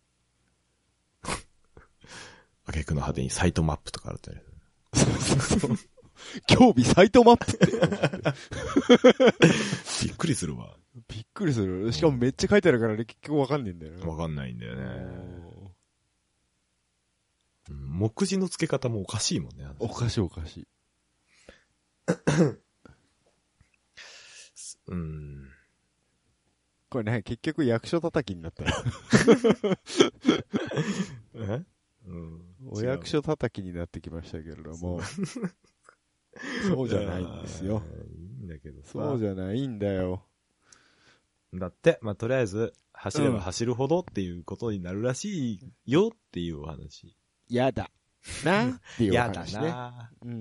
あげくの果てにサイトマップとかあるってね。 そうそうそう。興味サイトマップって。 びっくりするわ。 びっくりする。しかもめっちゃ書いてあるからね、結局わかんねえんだよね。 わかんないんだよね。目次の付け方もおかしいもんね。 おかしいおかしい。 うん。 これね、結局役所叩きになったら。 え？うん、 お役所叩きになってきましたけれども。そうじゃないんですよ。 いいんだけどさ。 そうじゃないんだよ。 だって、まあ、とりあえず、走れば走るほどっていうことになるらしいよっていうお話。 やだ。なっていうお話ね。 やだな。うん。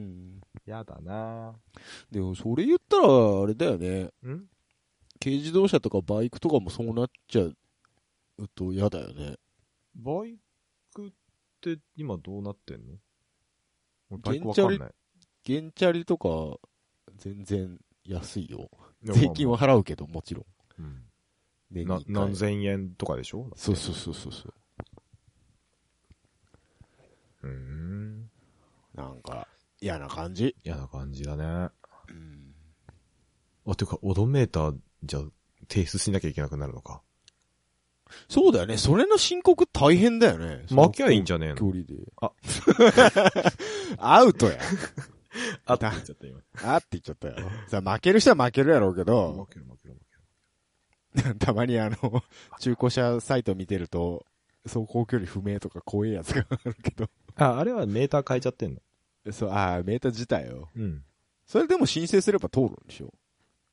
やだな。 でも、それ言ったら、あれだよね。ん？軽自動車とかバイクとかもそうなっちゃうと嫌だよね。 バイクって今どうなってんの？バイクわかんない。 ゲンチャリとか、全然安いよ。税金は払うけど、もちろん。うん、 年にな何千円とかでしょ？ そうそうそうそうそう。 うーん。 なんか、嫌な感じ。 嫌な感じだね。うん。あ、てか、オドメーターじゃ提出しなきゃいけなくなるのか。 そうだよね。それの申告大変だよね。 負けゃいいんじゃねえの？ 距離で。 あ。 アウトや。 あって言っちゃった今。 あって言っちゃったよ。さあ負ける人は負けるやろうけど。 負ける負ける負ける。たまにあの、中古車サイト見てると、走行距離不明とか怖いやつがあるけど。 あ、あれはメーター変えちゃってんの？ そう、ああ、メーター自体よ。 うん。 それでも申請すれば通るんでしょ？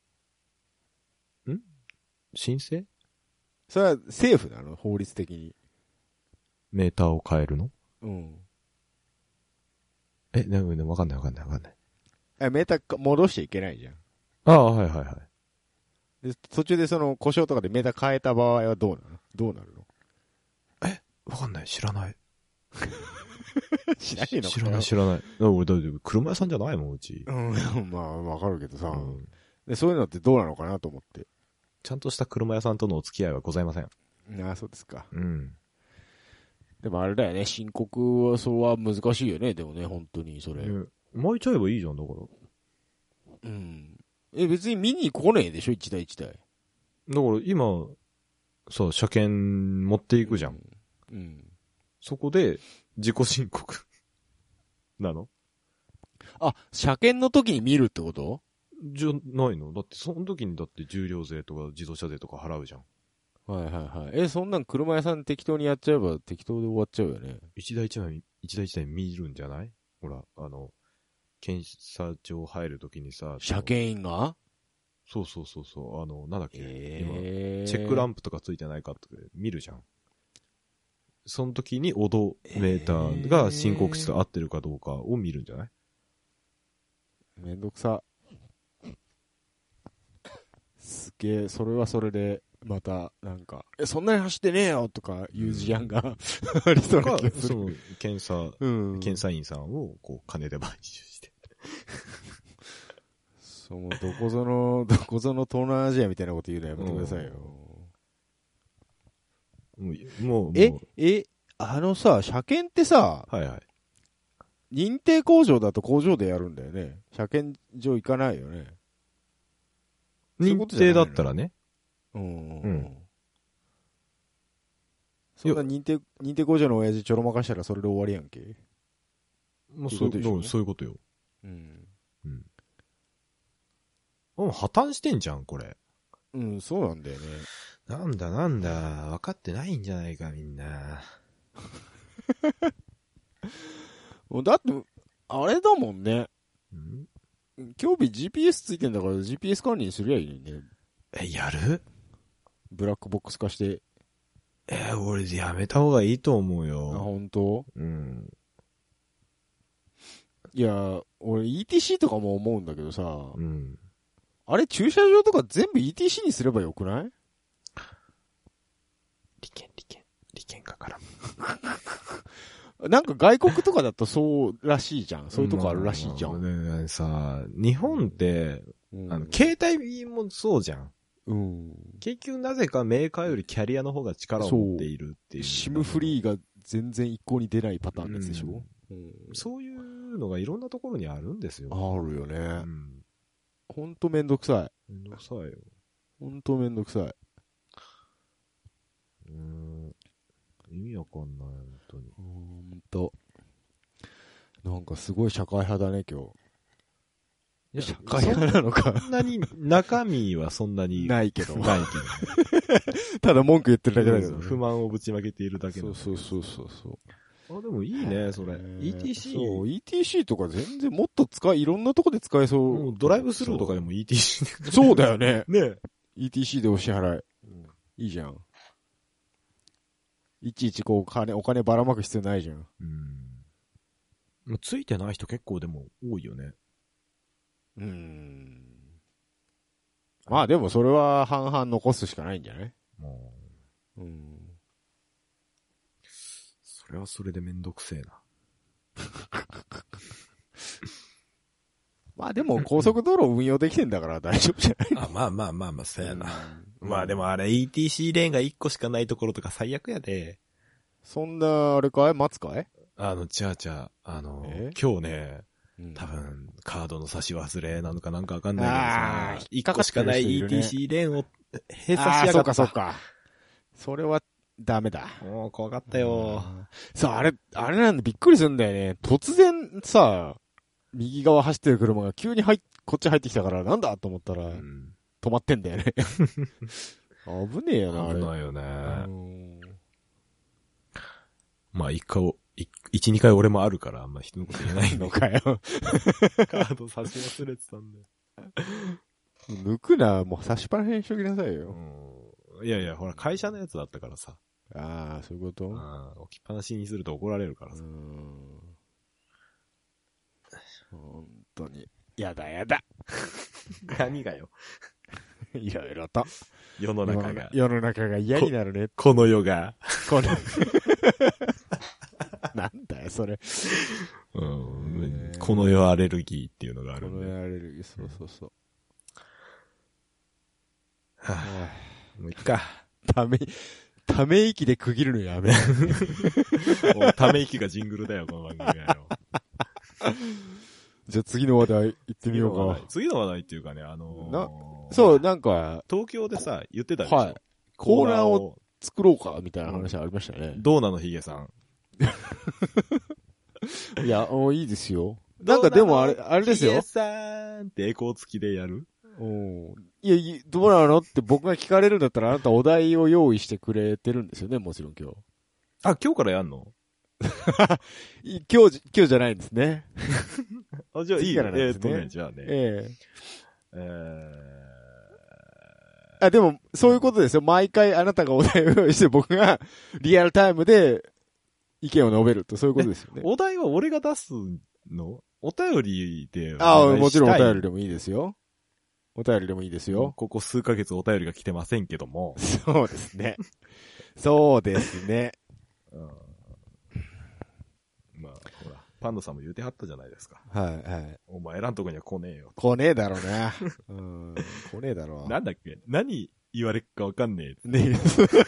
ん？申請？ それは政府なの？法律的に。 メーターを変えるの？ うん。 え、でもわかんないわかんないわかんない。 え、メーター戻しちゃいけないじゃん。 ああ、はいはいはい。 で、途中でその故障とかでメーター変えた場合はどうなの？どうなるの？ え、わかんない。知らない。 知らねえのか？ 知らない知らない。俺だって車屋さんじゃないもん、うち。 うん、まあわかるけどさ、うん。で、そういうのってどうなのかなと思って。 ちゃんとした車屋さんとのお付き合いはございません。 ああ、そうですか。 うん。 でもあれだよね、申告は、それは難しいよね、でもね、本当に、それ。 ね、巻いちゃえばいいじゃん、だから。 うん。え、別に見に来ねえでしょ、一台一台。だから今、さ、車検持っていくじゃん。うん。うん、そこで、自己申告。なの？ あ、車検の時に見るってこと？ じゃないの？だってその時にだって重量税とか自動車税とか払うじゃん。 はいはいはい。え、そんなん車屋さん適当にやっちゃえば適当で終わっちゃうよね。 一台一台、一台一台見るんじゃない？ほら、あの、検査場入る時にさ。 車検員が？ そうそうそうそう。あの、なんだっけ、えー、今、チェックランプとかついてないかって見るじゃん。その時にオドメーターが申告値と合ってるかどうかを見るんじゃない？ めんどくさ。すげえ、それはそれで、また、なんか、え、そんなに走ってねえよとかいう事案が、うん、ありそうな気がする。 その、検査、うん、検査員さんを、こう、金で買収して。 その、どこぞの、どこぞの東南アジアみたいなこと言うのやめてくださいよ。 もう、もう、 え、え、あのさ、車検ってさ、 はいはい。 認定工場だと工場でやるんだよね。車検場行かないよね。 認定だったらね。 うん。うん。そんな認定、認定工場の親父ちょろまかしたらそれで終わりやんけ。 もうそういうこと、そういうことよ。 うん。 うん。もう破綻してんじゃん、これ。 うん、そうなんだよね。 なんだなんだ、分かってないんじゃないか、みんな。 だって、あれだもんね。 ん今日日 ジーピーエス ついてんだから ジーピーエス 管理にすりゃいいのにね。 え、やる？ ブラックボックス化して。 えー、俺やめた方がいいと思うよ。 あ、本当？ うん。 いや、俺 イーティーシー とかも思うんだけどさ。 うん。 あれ駐車場とか全部 イーティーシー にすればよくない？ 利権、利権、利権かから。 なんか外国とかだとそうらしいじゃん。そういうとこあるらしいじゃん。 まあね、さ、日本って、うん、あの、携帯もそうじゃん。うん。結局なぜかメーカーよりキャリアの方が力を持っているっていう。 シムフリーが全然一向に出ないパターンですでしょ、 うんうん、そういうのがいろんなところにあるんですよ。 あるよね。うん、ほんとめんどくさい。 めんどくさいよ。 ほんとめんどくさい。 うーん。意味わかんない、本当に。 ほんと。なんかすごい社会派だね、今日。いや、社会派なのか。 そんなに、中身はそんなに。 ないけど。 ないけど。ただ文句言ってるだけだけど、ね。 不満をぶちまけているだけだ。 そうそうそうそう。 あ、でもいいね、それ。イーティーシー。 そう、イーティーシー とか全然もっと使い、いろんなとこで使えそう。 もうドライブスルーとかでも イーティーシーで。そうだよね。 ね。 イーティーシー でお支払い。うん、いいじゃん。いちいちこう、金、お金ばらまく必要ないじゃん。うん。 もうついてない人結構でも多いよね。 うーん。まあでもそれは半々残すしかないんじゃない？もう。うん。 それはそれでめんどくせえな。 まあでも高速道路運用できてんだから大丈夫じゃない？ あ、まあまあまあまあ、そうやな。うん、まあでもあれ イーティーシー レーンがいっこしかないところとか最悪やで。 そんな、あれかい？待つかい？ あの、ちゃちゃ、あの、今日ね、うん、多分、カードの差し忘れなのかなんかわかんないけどさ、いっこしかない イーティーシー レーンを閉鎖しやがった。あ、 そうかそうか。それはダメだ。 もう怖かったよ。 さあ、あれ、あれなんでびっくりするんだよね。突然さ、右側走ってる車が急に入っ、こっち入ってきたからなんだと思ったら、うん、止まってんだよね。危ねえよな、あれ。 危ないよね。まあ、一回、一、二回俺もあるから、あんま人のこと言えないのかよ。カード差し忘れてたんで。 抜くな、もう差しっぱなしにしときなさいよ。 うん、いやいや、ほら、会社のやつだったからさ。 ああ、そういうこと？ ああ、置きっぱなしにすると怒られるからさ。うん。 本当に。やだやだ。 何がよ。 いろいろと。 世の中が。 世の中が嫌になるね。 こ, この世が。 この。なんだよ、それ。 うん、この世アレルギーっていうのがあるんで。 この世アレルギー、そうそうそう。 はぁ、もういっか。 ため、ため息で区切るのやめ。 もうため息がジングルだよ、この番組がよ。 じゃあ次の話題行ってみようか。 次の話題っていうかね、あのー、 な、そう、なんか、 東京でさ、言ってたでしょ。はい。 コーナーを作ろうか、みたいな話ありましたね。 どうなの、ヒゲさん。 いや、もういいですよ。なんかでもあれ、あれですよ。ヒゲさんってエコー付きでやる？ うん。いや、どうなのって僕が聞かれるんだったらあなたお題を用意してくれてるんですよね、もちろん今日。 あ、今日からやんの？ 今日、今日じゃないんですね。 あ、じゃあいいからなんですね。えー、っとね、じゃあね。 ええー。えー、あ、でも、そういうことですよ。毎回あなたがお題を用意して僕がリアルタイムで意見を述べると、そういうことですよね。 お題は俺が出すの？お便りで。 ああ、もちろんお便りでもいいですよ。お便りでもいいですよ。 ここ数ヶ月お便りが来てませんけども。 そうですね。そうですね。うん、 まあ、ほら、 パンダさんも言うてはったじゃないですか。 はいはい。 お前らんとこには来ねえよ。 来ねえだろうね。うん。来ねえだろう。 なんだっけ何言われっかわかんねえ。 ね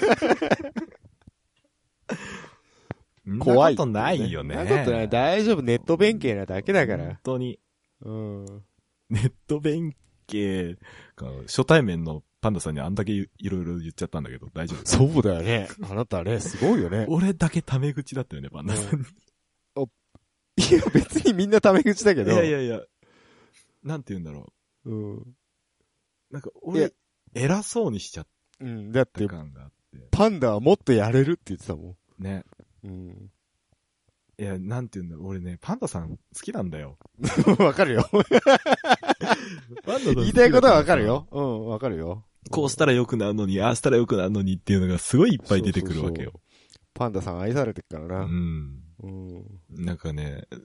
え。怖い。そんなことないよね。 そんなことない。大丈夫。ネット弁慶なだけだから。 本当に。 うん。 ネット弁慶が初対面のパンダさんにあんだけいろいろ言っちゃったんだけど大丈夫？ そうだよね。あなたね、すごいよね。 俺だけタメ口だったよね、パンダさんに。 いや、別にみんなタメ口だけど。 いやいやいや。なんて言うんだろう。うん。 なんか、俺、偉そうにしちゃった。うん、だって、感があって。 パンダはもっとやれるって言ってたもん。ね。うん。いや、なんて言うんだろう。俺ね、パンダさん好きなんだよ。 わかるよ。パンダさん言いたいことはわかるよ。うん、わかるよ。 こうしたら良くなるのに、ああしたら良くなるのにっていうのがすごいいっぱい出てくるわけよ。そうそうそう、 パンダさん愛されてるからな。 うん。うん。なんかね、うん、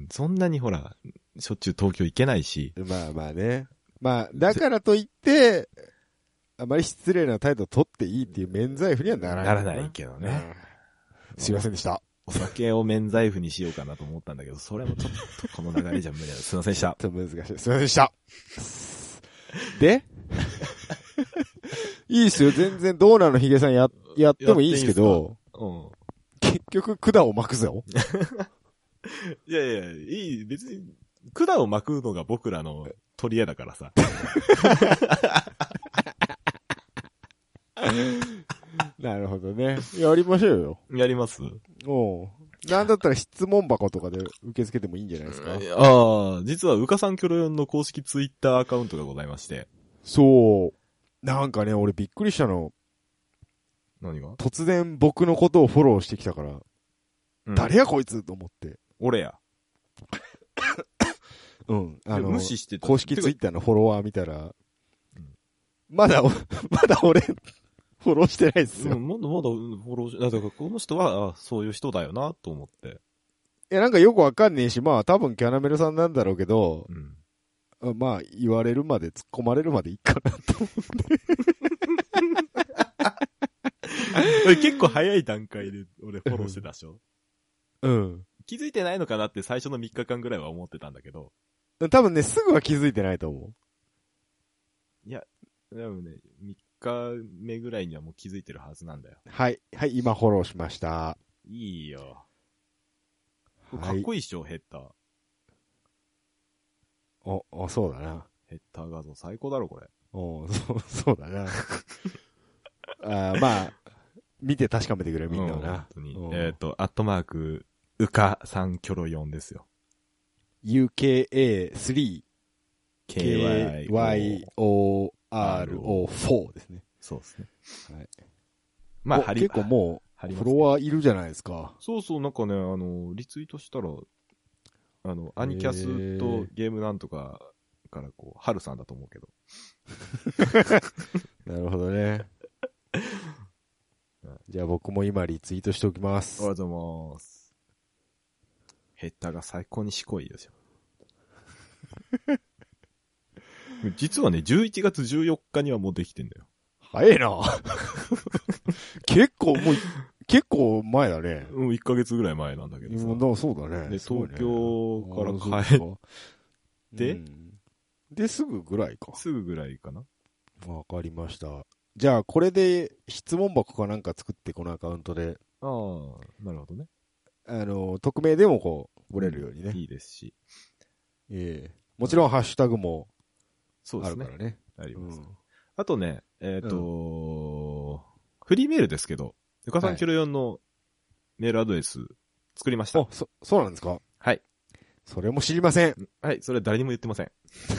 そんなにほら、しょっちゅう東京行けないし。 まあまあね。まあ、だからといって、あまり失礼な態度を取っていいっていう免罪符にはならない。 ならないけどね。 うん、すいませんでした。 お酒を免罪符にしようかなと思ったんだけど、それもちょっとこの流れじゃ無理だ。すいませんでした。 ちょっと難しい。すいませんでした。でいいですよ。全然ドーナーのヒゲさんや、やってもいいですけど、うん、結局管を巻くぞ。 いやいや、いい、別に、管を巻くのが僕らの取り柄だからさ。 なるほどね。やりましょうよ。 やります？ おう。なんだったら質問箱とかで受け付けてもいいんじゃないですか？ ああ、実はうかさんキョロよんの公式ツイッターアカウントがございまして。 そう。なんかね、俺びっくりしたの。 何が？ 突然僕のことをフォローしてきたから、うん、誰やこいつと思って。 俺や。 うん。あの、 無視してた。 公式ツイッターのフォロワー見たら、うん、まだ、まだ俺、フォローしてないっすよ。 うん、まだまだフォローし、だからこの人は、あ、そういう人だよな、と思って。 いや、なんかよくわかんねえし、まあ多分キャナメルさんなんだろうけど、うん、まあ言われるまで突っ込まれるまでいいかなと思って。 結構早い段階で俺フォローしてたでしょ？ うん。 気づいてないのかなって最初のみっかかんぐらいは思ってたんだけど。 多分ね、すぐは気づいてないと思う。 いや、多分ね、みっかめぐらいにはもう気づいてるはずなんだよ。 はい。はい、今フォローしました。 いいよ。かっこいいっしょ、はい、ヘッダー。 お、お、そうだな。 ヘッダー画像最高だろ、これ。 おそう、そうだな。あまあ、見て確かめてくれ、みんなはな。 本当に。えっ、ー、と、アットマーク、うかさんキョロよんですよ。 ユーケーエースリー ケーワイオーアールオーフォー ですね。 そうですね。 はい。 まあ、 結構もう、フォロワーいるじゃないですか。 そうそう、なんかね、あの、リツイートしたら、あの、アニキャスとゲームなんとかからこう、ハルさんだと思うけど。 なるほどね。じゃあ僕も今リツイートしておきます。 ありがとうございます。ヘッダーが最高にしこいですよ。実はね、じゅういちがつじゅうよっかにはもうできてんだよ。 早いな。結構もう、結構前だね。 うん、いっかげつぐらい前なんだけどさ。 うん、そうだね。 で、東京から帰って、 うん、で、すぐぐらいか。 すぐぐらいかな。 わかりました。じゃあ、これで質問箱かなんか作って、このアカウントで。 ああ、なるほどね。 あの、匿名でもこう、来れるようにね。 いいですし。 ええもちろんハッシュタグも、 そうですね。 あるからね。 あります。うん、あとね、えっ、ー、と、うん、フリーメールですけど、ゆかさんキロよんのメールアドレス作りました。 あ、そ、そうなんですか？ はい。 それも知りません。 はい、それは誰にも言ってません。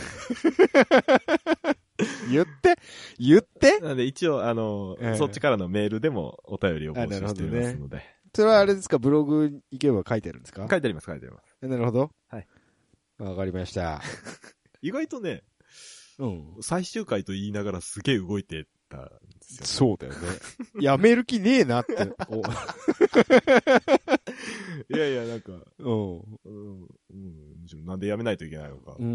言って言ってなので一応、あの、えー、そっちからのメールでもお便りを募集していますので。ね、 それはあれですか、ブログ行けば書いてあるんですか？ 書いてあります、書いてあります。 なるほど。 はい。 わかりました。 意外とね、 うん。最終回と言いながらすげえ動いてたんですよ、ね。 そうだよね。やめる気ねえなって。 いやいや、なんか、 うん。 うん。うん。むしろなんでやめないといけないのか。 うん。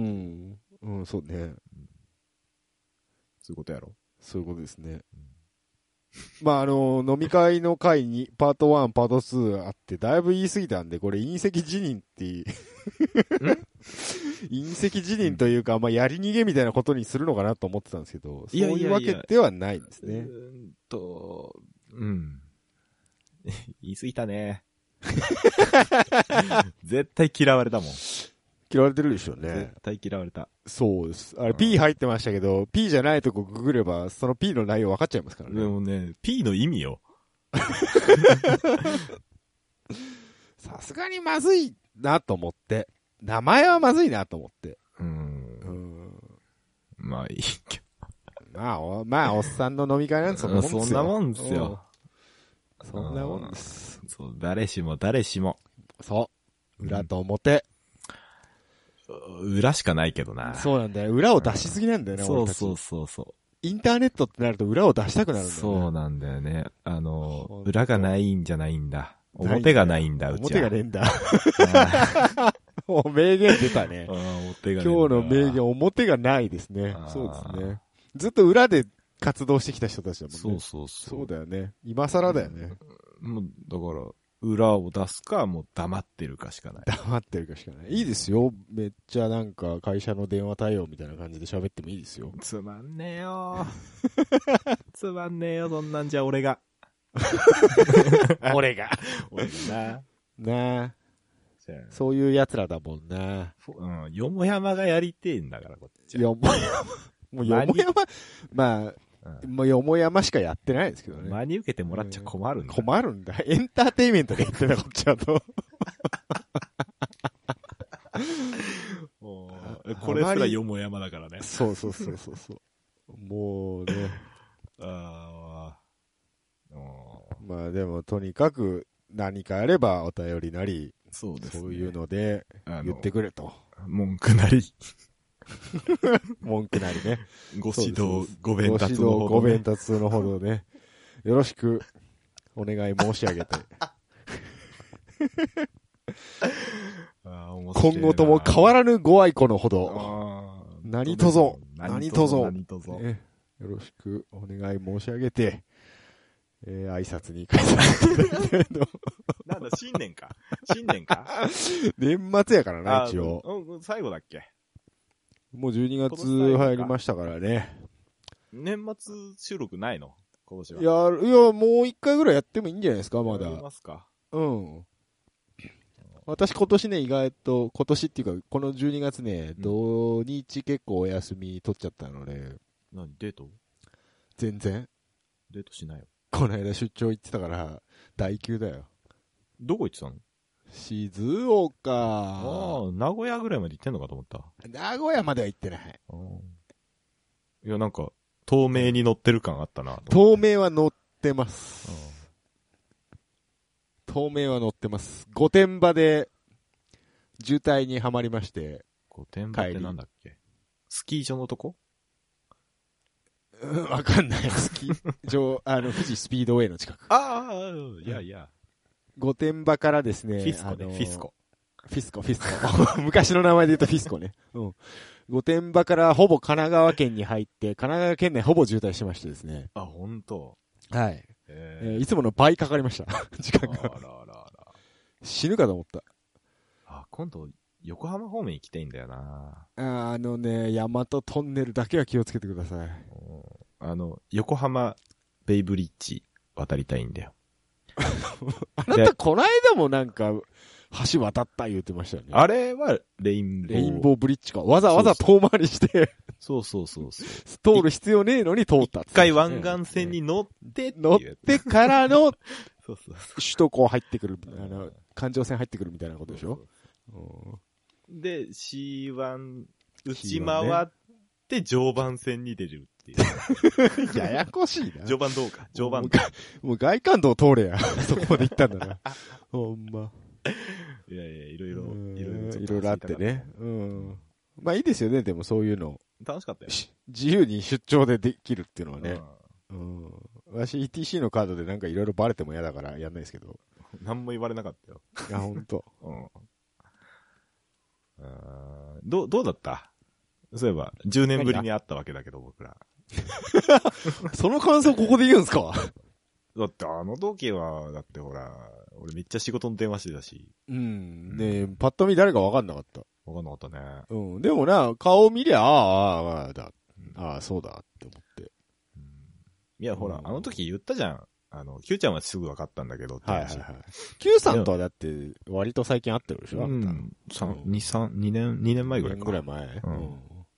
うん、そうね。うん、 そういうことやろ。 そういうことですね。 まあ、あの、飲み会の会に、パートワン、パートツーあって、だいぶ言い過ぎたんで、これ隕石辞任っていう隕石辞任というか、まあ、やり逃げみたいなことにするのかなと思ってたんですけど、そういうわけではないんですね。 いやいやいやうーんと、うん。言い過ぎたね。絶対嫌われたもん。 嫌われてるでしょうね。 絶対嫌われた。 そうです。あれ P 入ってましたけど、P じゃないとこググれば、その P の内容分かっちゃいますからね。 でもね、P の意味よ。 さすがにまずいなと思って。名前はまずいなと思って。 うーん。うーんまあいいけど。まあ、お、まあ、おっさんの飲み会なんてそんなもんですよ。 そんなもんですよ。 そんなもんです。 そう、誰しも誰しも。 そう。裏と表。 うん、裏しかないけどな。 そうなんだよ。裏を出しすぎなんだよね、 うん、俺たち。そうそうそうそう。 インターネットってなると裏を出したくなるんだよね。 そうなんだよね。あの、裏がないんじゃないんだ。表がないんだ、うちは。 表がねえんだ。もう名言出たね。 表が今日の名言、表がないですね。そうですね。ずっと裏で活動してきた人たちだもんね。 そうそうそう。 そうだよね。今更だよね。 もう、だから、裏を出すか、もう黙ってるかしかない。 黙ってるかしかない。いいですよ。めっちゃなんか会社の電話対応みたいな感じで喋ってもいいですよ。 つまんねえよ。つまんねえよ、そんなんじゃ俺が。 俺が。 俺がな。なあ。そういう奴らだもんな。 うん。よもやまがやりてえんだから、こっちは。 よもやま。もうよもやま、まあ、うん、もうよもやましかやってないですけどね。 真に受けてもらっちゃ困るんだ。 困るんだ。エンターテイメントで言ってたこっちだと。 これすらよもやまだからね。 そうそうそうそうそう。もうね。 あまあでもとにかく何かあればお便りなり、 そうですね。 そういうので言ってくれと。 文句なり。 文句なりね。 ご指導、ご鞭達のほど、ね。 ご鞭達のほどね。よろしくお願い申し上げて。 あ今後とも変わらぬご愛顧のほど。何とぞ、何とぞ、 何とぞ、 ね。よろしくお願い申し上げて、えー、挨拶に行かせていただきたいと。 なんだ、新年か。新年か。 年末やからな、一応。 うん、最後だっけ。 もうじゅうにがつ入りましたからね。 年末収録ないの今年は。 いや、いや、もう一回ぐらいやってもいいんじゃないですか、まだ。 やりますか。 うん。私今年ね、意外と、今年っていうか、このじゅうにがつね、うん、土日結構お休み取っちゃったので。 何、デート？ 全然。 デートしないよ。 この間出張行ってたから、代休だよ。 どこ行ってたの？ 静岡。 ああ、名古屋ぐらいまで行ってんのかと思った。 名古屋までは行ってない。 いや、なんか、東名に乗ってる感あったな。 東名は乗ってます。東名は乗ってます。御殿場で、渋滞にはまりまして。 御殿場ってなんだっけ？スキー場のとこ？ うん、わかんない。スキー場、あの、富士スピードウェイの近く。 ああ、いやいや。 御殿場からですね。 フィスコね、フィスコ。 フィスコ、フィスコ。昔の名前で言うとフィスコね。うん。御殿場からほぼ神奈川県に入って、神奈川県内ほぼ渋滞してましてですね。 あ、ほんと。 はい。えー、いつもの倍かかりました。時間が。 あらあらあら。 死ぬかと思った。 あ、今度、横浜方面行きたいんだよな。 あ, あのね、大和トンネルだけは気をつけてください。 あの、横浜ベイブリッジ渡りたいんだよ。 あなた、この間もなんか、橋渡った言ってましたよね。 あれは、レインボー。 レインボーブリッジか。わざわざ遠回りして。 そうそうそうそう。 通る必要ねえのに通ったっ、ね。 一回湾岸線に乗ってって乗ってからの、 そうそうそう首都高入ってくる、あの、環状線入ってくるみたいなことでしょ。そうそうそうで、シーワン 内回って、常磐線に出るっていう。 ややこしいな。 常磐道か。常磐道。もう外環道通れや。そこまで行ったんだな。ほんま。 いやいや、いろいろ、いろいろ。いろいろあってね。うん。まあいいですよね、でもそういうの。 楽しかったよ。 自由に出張でできるっていうのはね。うん。私 イーティーシー のカードでなんかいろいろバレても嫌だからやんないですけど。 何も言われなかったよ。 いや、ほんと。 うん。どう、どうだった？そういえば、じゅうねんぶりに会ったわけだけど、僕ら。 その感想ここで言うんすか？ だってあの時は、だってほら、俺めっちゃ仕事の電話してたし。 うん。ねえ、パッと見誰か分かんなかった。 分かんなかったね。 うん。でもな、顔見りゃ、ああ、ああ、だ。ああ、そうだって思って。 うん、いや、ほら、あの時言ったじゃん。あの、Q ちゃんはすぐ分かったんだけどって話。 はいはいはい。Q さんとはだって、割と最近会ってるでしょ？ うん。三、二、三、二年、二年前ぐらいか。 ぐらい前。 うん。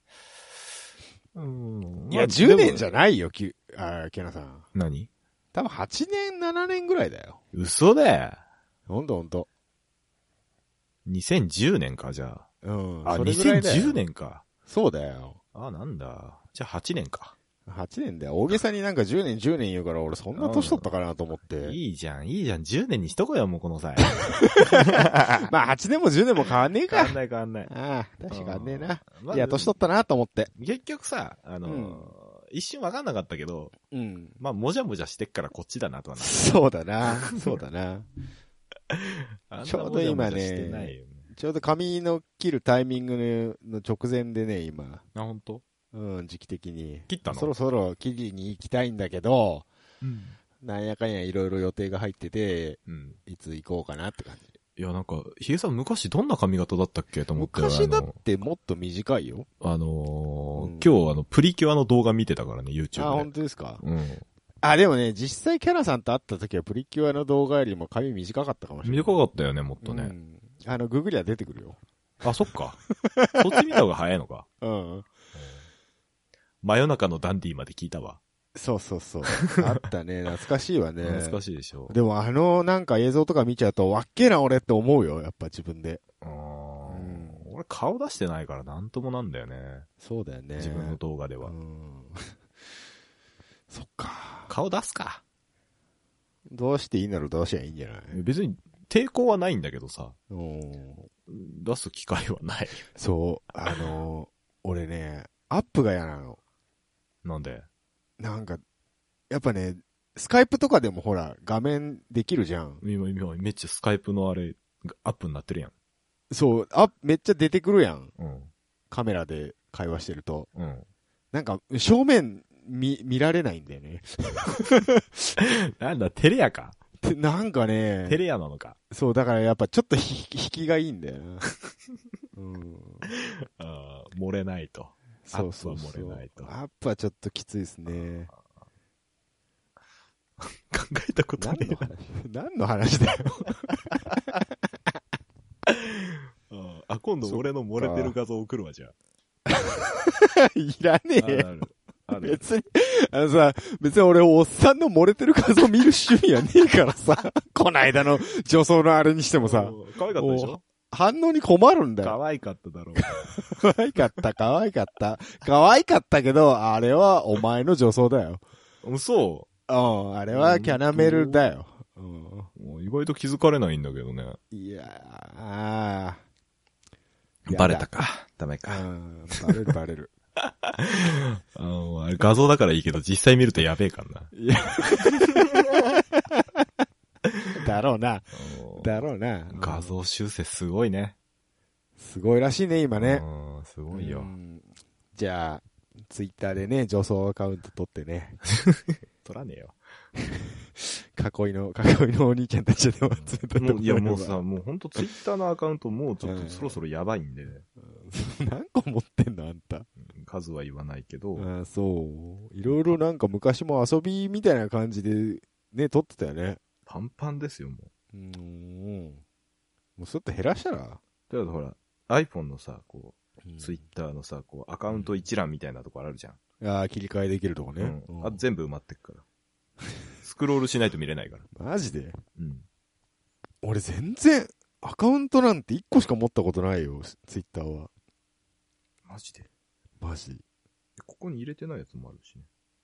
うん。 いや、じゅうねんじゃないよ、Q、あ、ケナさん。 何？ 多分はちねん、ななねんぐらいだよ。 嘘だよ。 ほんとほんと。 にせんじゅうねんか、じゃあ。 うん。 あ、にせんじゅうねんか。 そうだよ。 あ、なんだ。じゃあはちねんか。 はちねんだよ。大げさになんかじゅうねんじゅうねん言うから俺そんな年取ったかなと思って。 いいじゃん、いいじゃん。じゅうねんにしとこよ、もうこの際。 まあはちねんもじゅうねんも変わんねえか。 変わんない変わんない。 ああ、確か変わんねえな。まあ、いや、年取ったなと思って。 結局さ、あのーうん、一瞬わかんなかったけど、 うん。 まあ、もじゃもじゃしてっからこっちだなとはな。 そうだな。そうだな。ちょうど今ね、ちょうど髪の切るタイミングの直前でね、今。 あ、本当？ うん、時期的に。 切ったの？ そろそろ切りに行きたいんだけど、 うん、 なんやかんやいろいろ予定が入ってて、 うん、 いつ行こうかなって感じ。 いや、なんか、ヒゲさん昔どんな髪型だったっけと思って。 昔だってもっと短いよ。 あのーうん、今日あの、プリキュアの動画見てたからね、YouTube で。あ、 本当ですか？ うん。 あ、でもね、実際キャラさんと会った時はプリキュアの動画よりも髪短かったかもしれない。 短かったよね、もっとね。うん、 あの、ググりゃ出てくるよ。 あ、そっか。そっち見た方が早いのか。 うん。 真夜中のダンディまで聞いたわ。 そうそうそう。あったね。懐かしいわね。 懐かしいでしょ。 でもあのなんか映像とか見ちゃうと、わっけえな俺って思うよ。やっぱ自分で。 あー、うん、俺顔出してないからなんともなんだよね。 そうだよね。 自分の動画では。うん、 そっか。 顔出すか。 どうしていいんだろう、どうしゃいいんじゃない？ 別に抵抗はないんだけどさ。 うん、 出す機会はない。 そう。あのー、俺ね、アップが嫌なの。 なんで？ なんか、やっぱね、スカイプとかでもほら、画面できるじゃん。 今、今、めっちゃスカイプのあれ、アップになってるやん。 そう、あ、めっちゃ出てくるやん。 うん。 カメラで会話してると。 うん。 なんか、正面、見、見られないんだよね。 なんだ、テレアか。 なんかね。 テレアなのか。 そう、だからやっぱちょっと引きがいいんだよな。うん。 ああ、漏れないと。 そうそうそう。 アップは漏れないと。 アップはちょっときついですね。 考えたことない。 何の話何の話だよ。 あ、今度俺の漏れてる画像送るわ、じゃあ。いらねえよ。 ある別に、あのさ、別に俺おっさんの漏れてる画像見る趣味はねえからさ。こないだの女装のあれにしてもさ。 可愛かったでしょ？ 反応に困るんだよ。 可愛かっただろう。 可愛かった、可愛かった。可愛かったけど、あれはお前の女装だよ。 嘘？ うん、あれはキャナメルだよ。うん、 もう意外と気づかれないんだけどね。 いやー、あーバレたか。ダメか。 うん、バレるバレる。 あの、あれ画像だからいいけど、実際見るとやべえからな。いやだろうな。だろうな。 画像修正すごいね。 すごいらしいね、今ね。 うん、すごいよ。 じゃあ、ツイッターでね、女装アカウント取ってね。 取らねえよ。 囲いの、囲いのお兄ちゃんたちでも集めたと思う。 いやもうさ、もうほんとツイッターのアカウントもうちょっとそろそろやばいんで。 何個持ってんのあんた。 数は言わないけど。 ああ、そう。いろいろなんか昔も遊びみたいな感じでね、撮ってたよね。 パンパンですよ、もう。 うーん。もうそうやって減らしたら。だからほら、iPhone のさ、こう、ツイッターのさ、こう、アカウント一覧みたいなとこあるじゃん。 ああ、切り替えできるとこね。 うん。あ、全部埋まってっから。スクロールしないと見れないから。 マジで？ うん。 俺全然、アカウントなんていっこしか持ったことないよ、ツイッターは。 マジで？ マジ。 ここに入れてないやつもあるしね。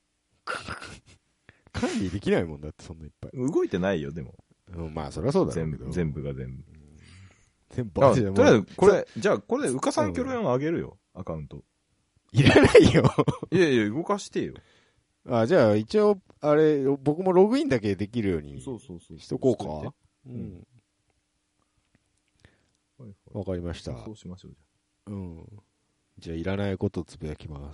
管理できないもんだって、そんないっぱい。 動いてないよ、でも。 うん、まあ、そりゃそうだろうけど。 全部、全部が全部。 全部マジで。 とりあえず、これ、じゃあ、これで、うかさんキョロよんあげるよ、アカウント。 いらないよ。 いやいや、動かしてよ。 あ、じゃあ、一応、あれ、僕もログインだけできるように。 そうそうそう。 しとこうか。うん。わかりました。 そうしましょう、じゃあ。うん。じゃあ、いらないことをつぶやきます。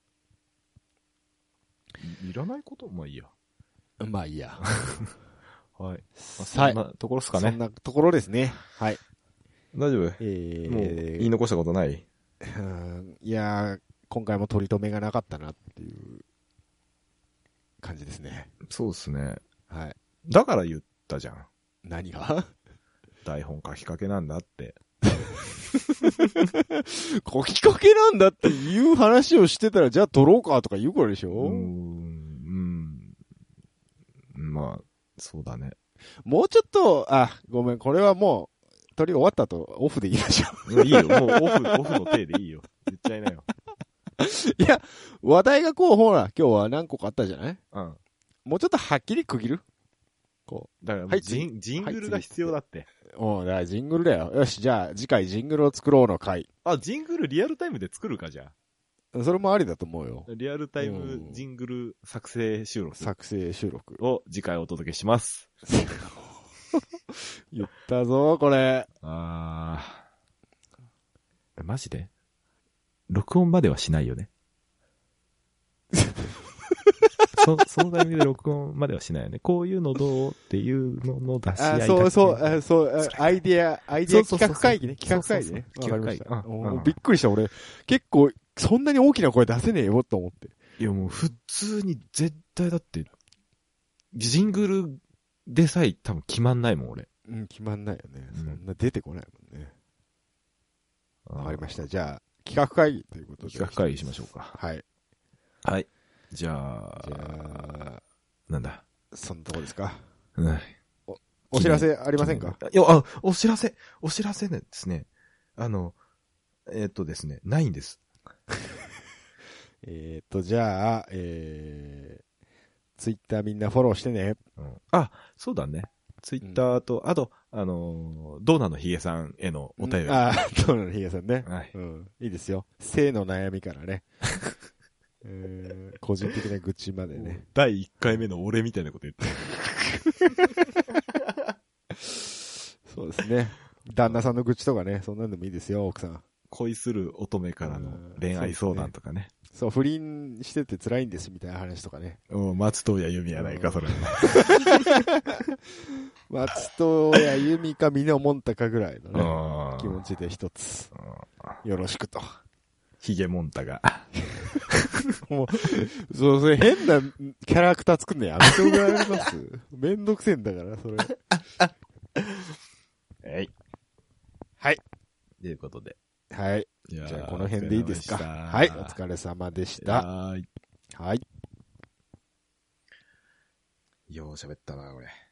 うん。い, いらないことまあいいや。 まあいいや。 はい。まあ、そんなところっすかね。 そんなところですね。はい。 大丈夫？ えー、 もう言い残したことない？ うん、いやー、今回も取り留めがなかったなっていう感じですね。 そうですね。 はい。 だから言ったじゃん。 何が？ 台本書きかけなんだって。 書きかけなんだっていう話をしてたら、じゃあ撮ろうかとか言うからでしょ？うーん。うん。まあ、そうだね。 もうちょっと、あ、ごめん、これはもう、撮り終わった後、オフで言いましょう。 いいよ、もうオフ、オフの手でいいよ。言っちゃいなよ。 いや、話題がこう、ほら、今日は何個かあったじゃない？ うん。 もうちょっとはっきり区切る？こう。だから、はい、ジン、ジングルが必要だって。 うん、だからジングルだよ。よし、じゃあ次回ジングルを作ろうの回。 あ、ジングルリアルタイムで作るか、じゃあ。それもありだと思うよ。 リアルタイムジングル作成収録。 作成収録。 を次回お届けします。 言ったぞ、これ。 あー。マジで？録音まではしないよね。そ、そのタイミングで録音まではしないよね。こういうのどうっていうのの出し合い。 あ、そうそう、あそう、アイディア、アイディア企画会議ね。企画会議ね。 企画会議。 うん、びっくりした、俺。結構、そんなに大きな声出せねえよ、と思って。 いや、もう普通に絶対だって、ジングルでさえ多分決まんないもん、俺。 うん、決まんないよね。そんな出てこないもんね。わかりました。じゃあ、企画会議ということで。 企画会議しましょうか。 はい。 はい。じゃあ、 じゃあ、 なんだ。 そんなとこですか。 うん。 お、お知らせありませんか？ いや、あ、お知らせ、お知らせですね。あの、えー、っとですね、ないんです。 えっと、じゃあ、えー、ツイッターみんなフォローしてね。 うん。あ、そうだね。ツイッターと、うん、あと、あのー、ドーナのヒゲさんへのお便り。 うん、あ、ドーナのヒゲさんね。 はい。 うん。いいですよ。性の悩みからね。えー、個人的な愚痴までね。 だいいっかいめの俺みたいなこと言って。 そうですね。旦那さんの愚痴とかね、そんなんでもいいですよ、奥さん。 恋する乙女からの恋愛相談とかね。 そう、不倫してて辛いんですみたいな話とかね。 うん、松任谷由実やないか、それ。 松任谷由実か峰もんたかぐらいのね、気持ちで一つ。よろしくと。 ヒゲモンタが。 もう、そう、それ変なキャラクター作んのやめてもらえますめんどくせえんだから、それ。 はい。 はい。 ということで。 はい。じゃあ、この辺でいいですか。はい。お疲れ様でした。 はい。 はい。 よう喋ったな、これ。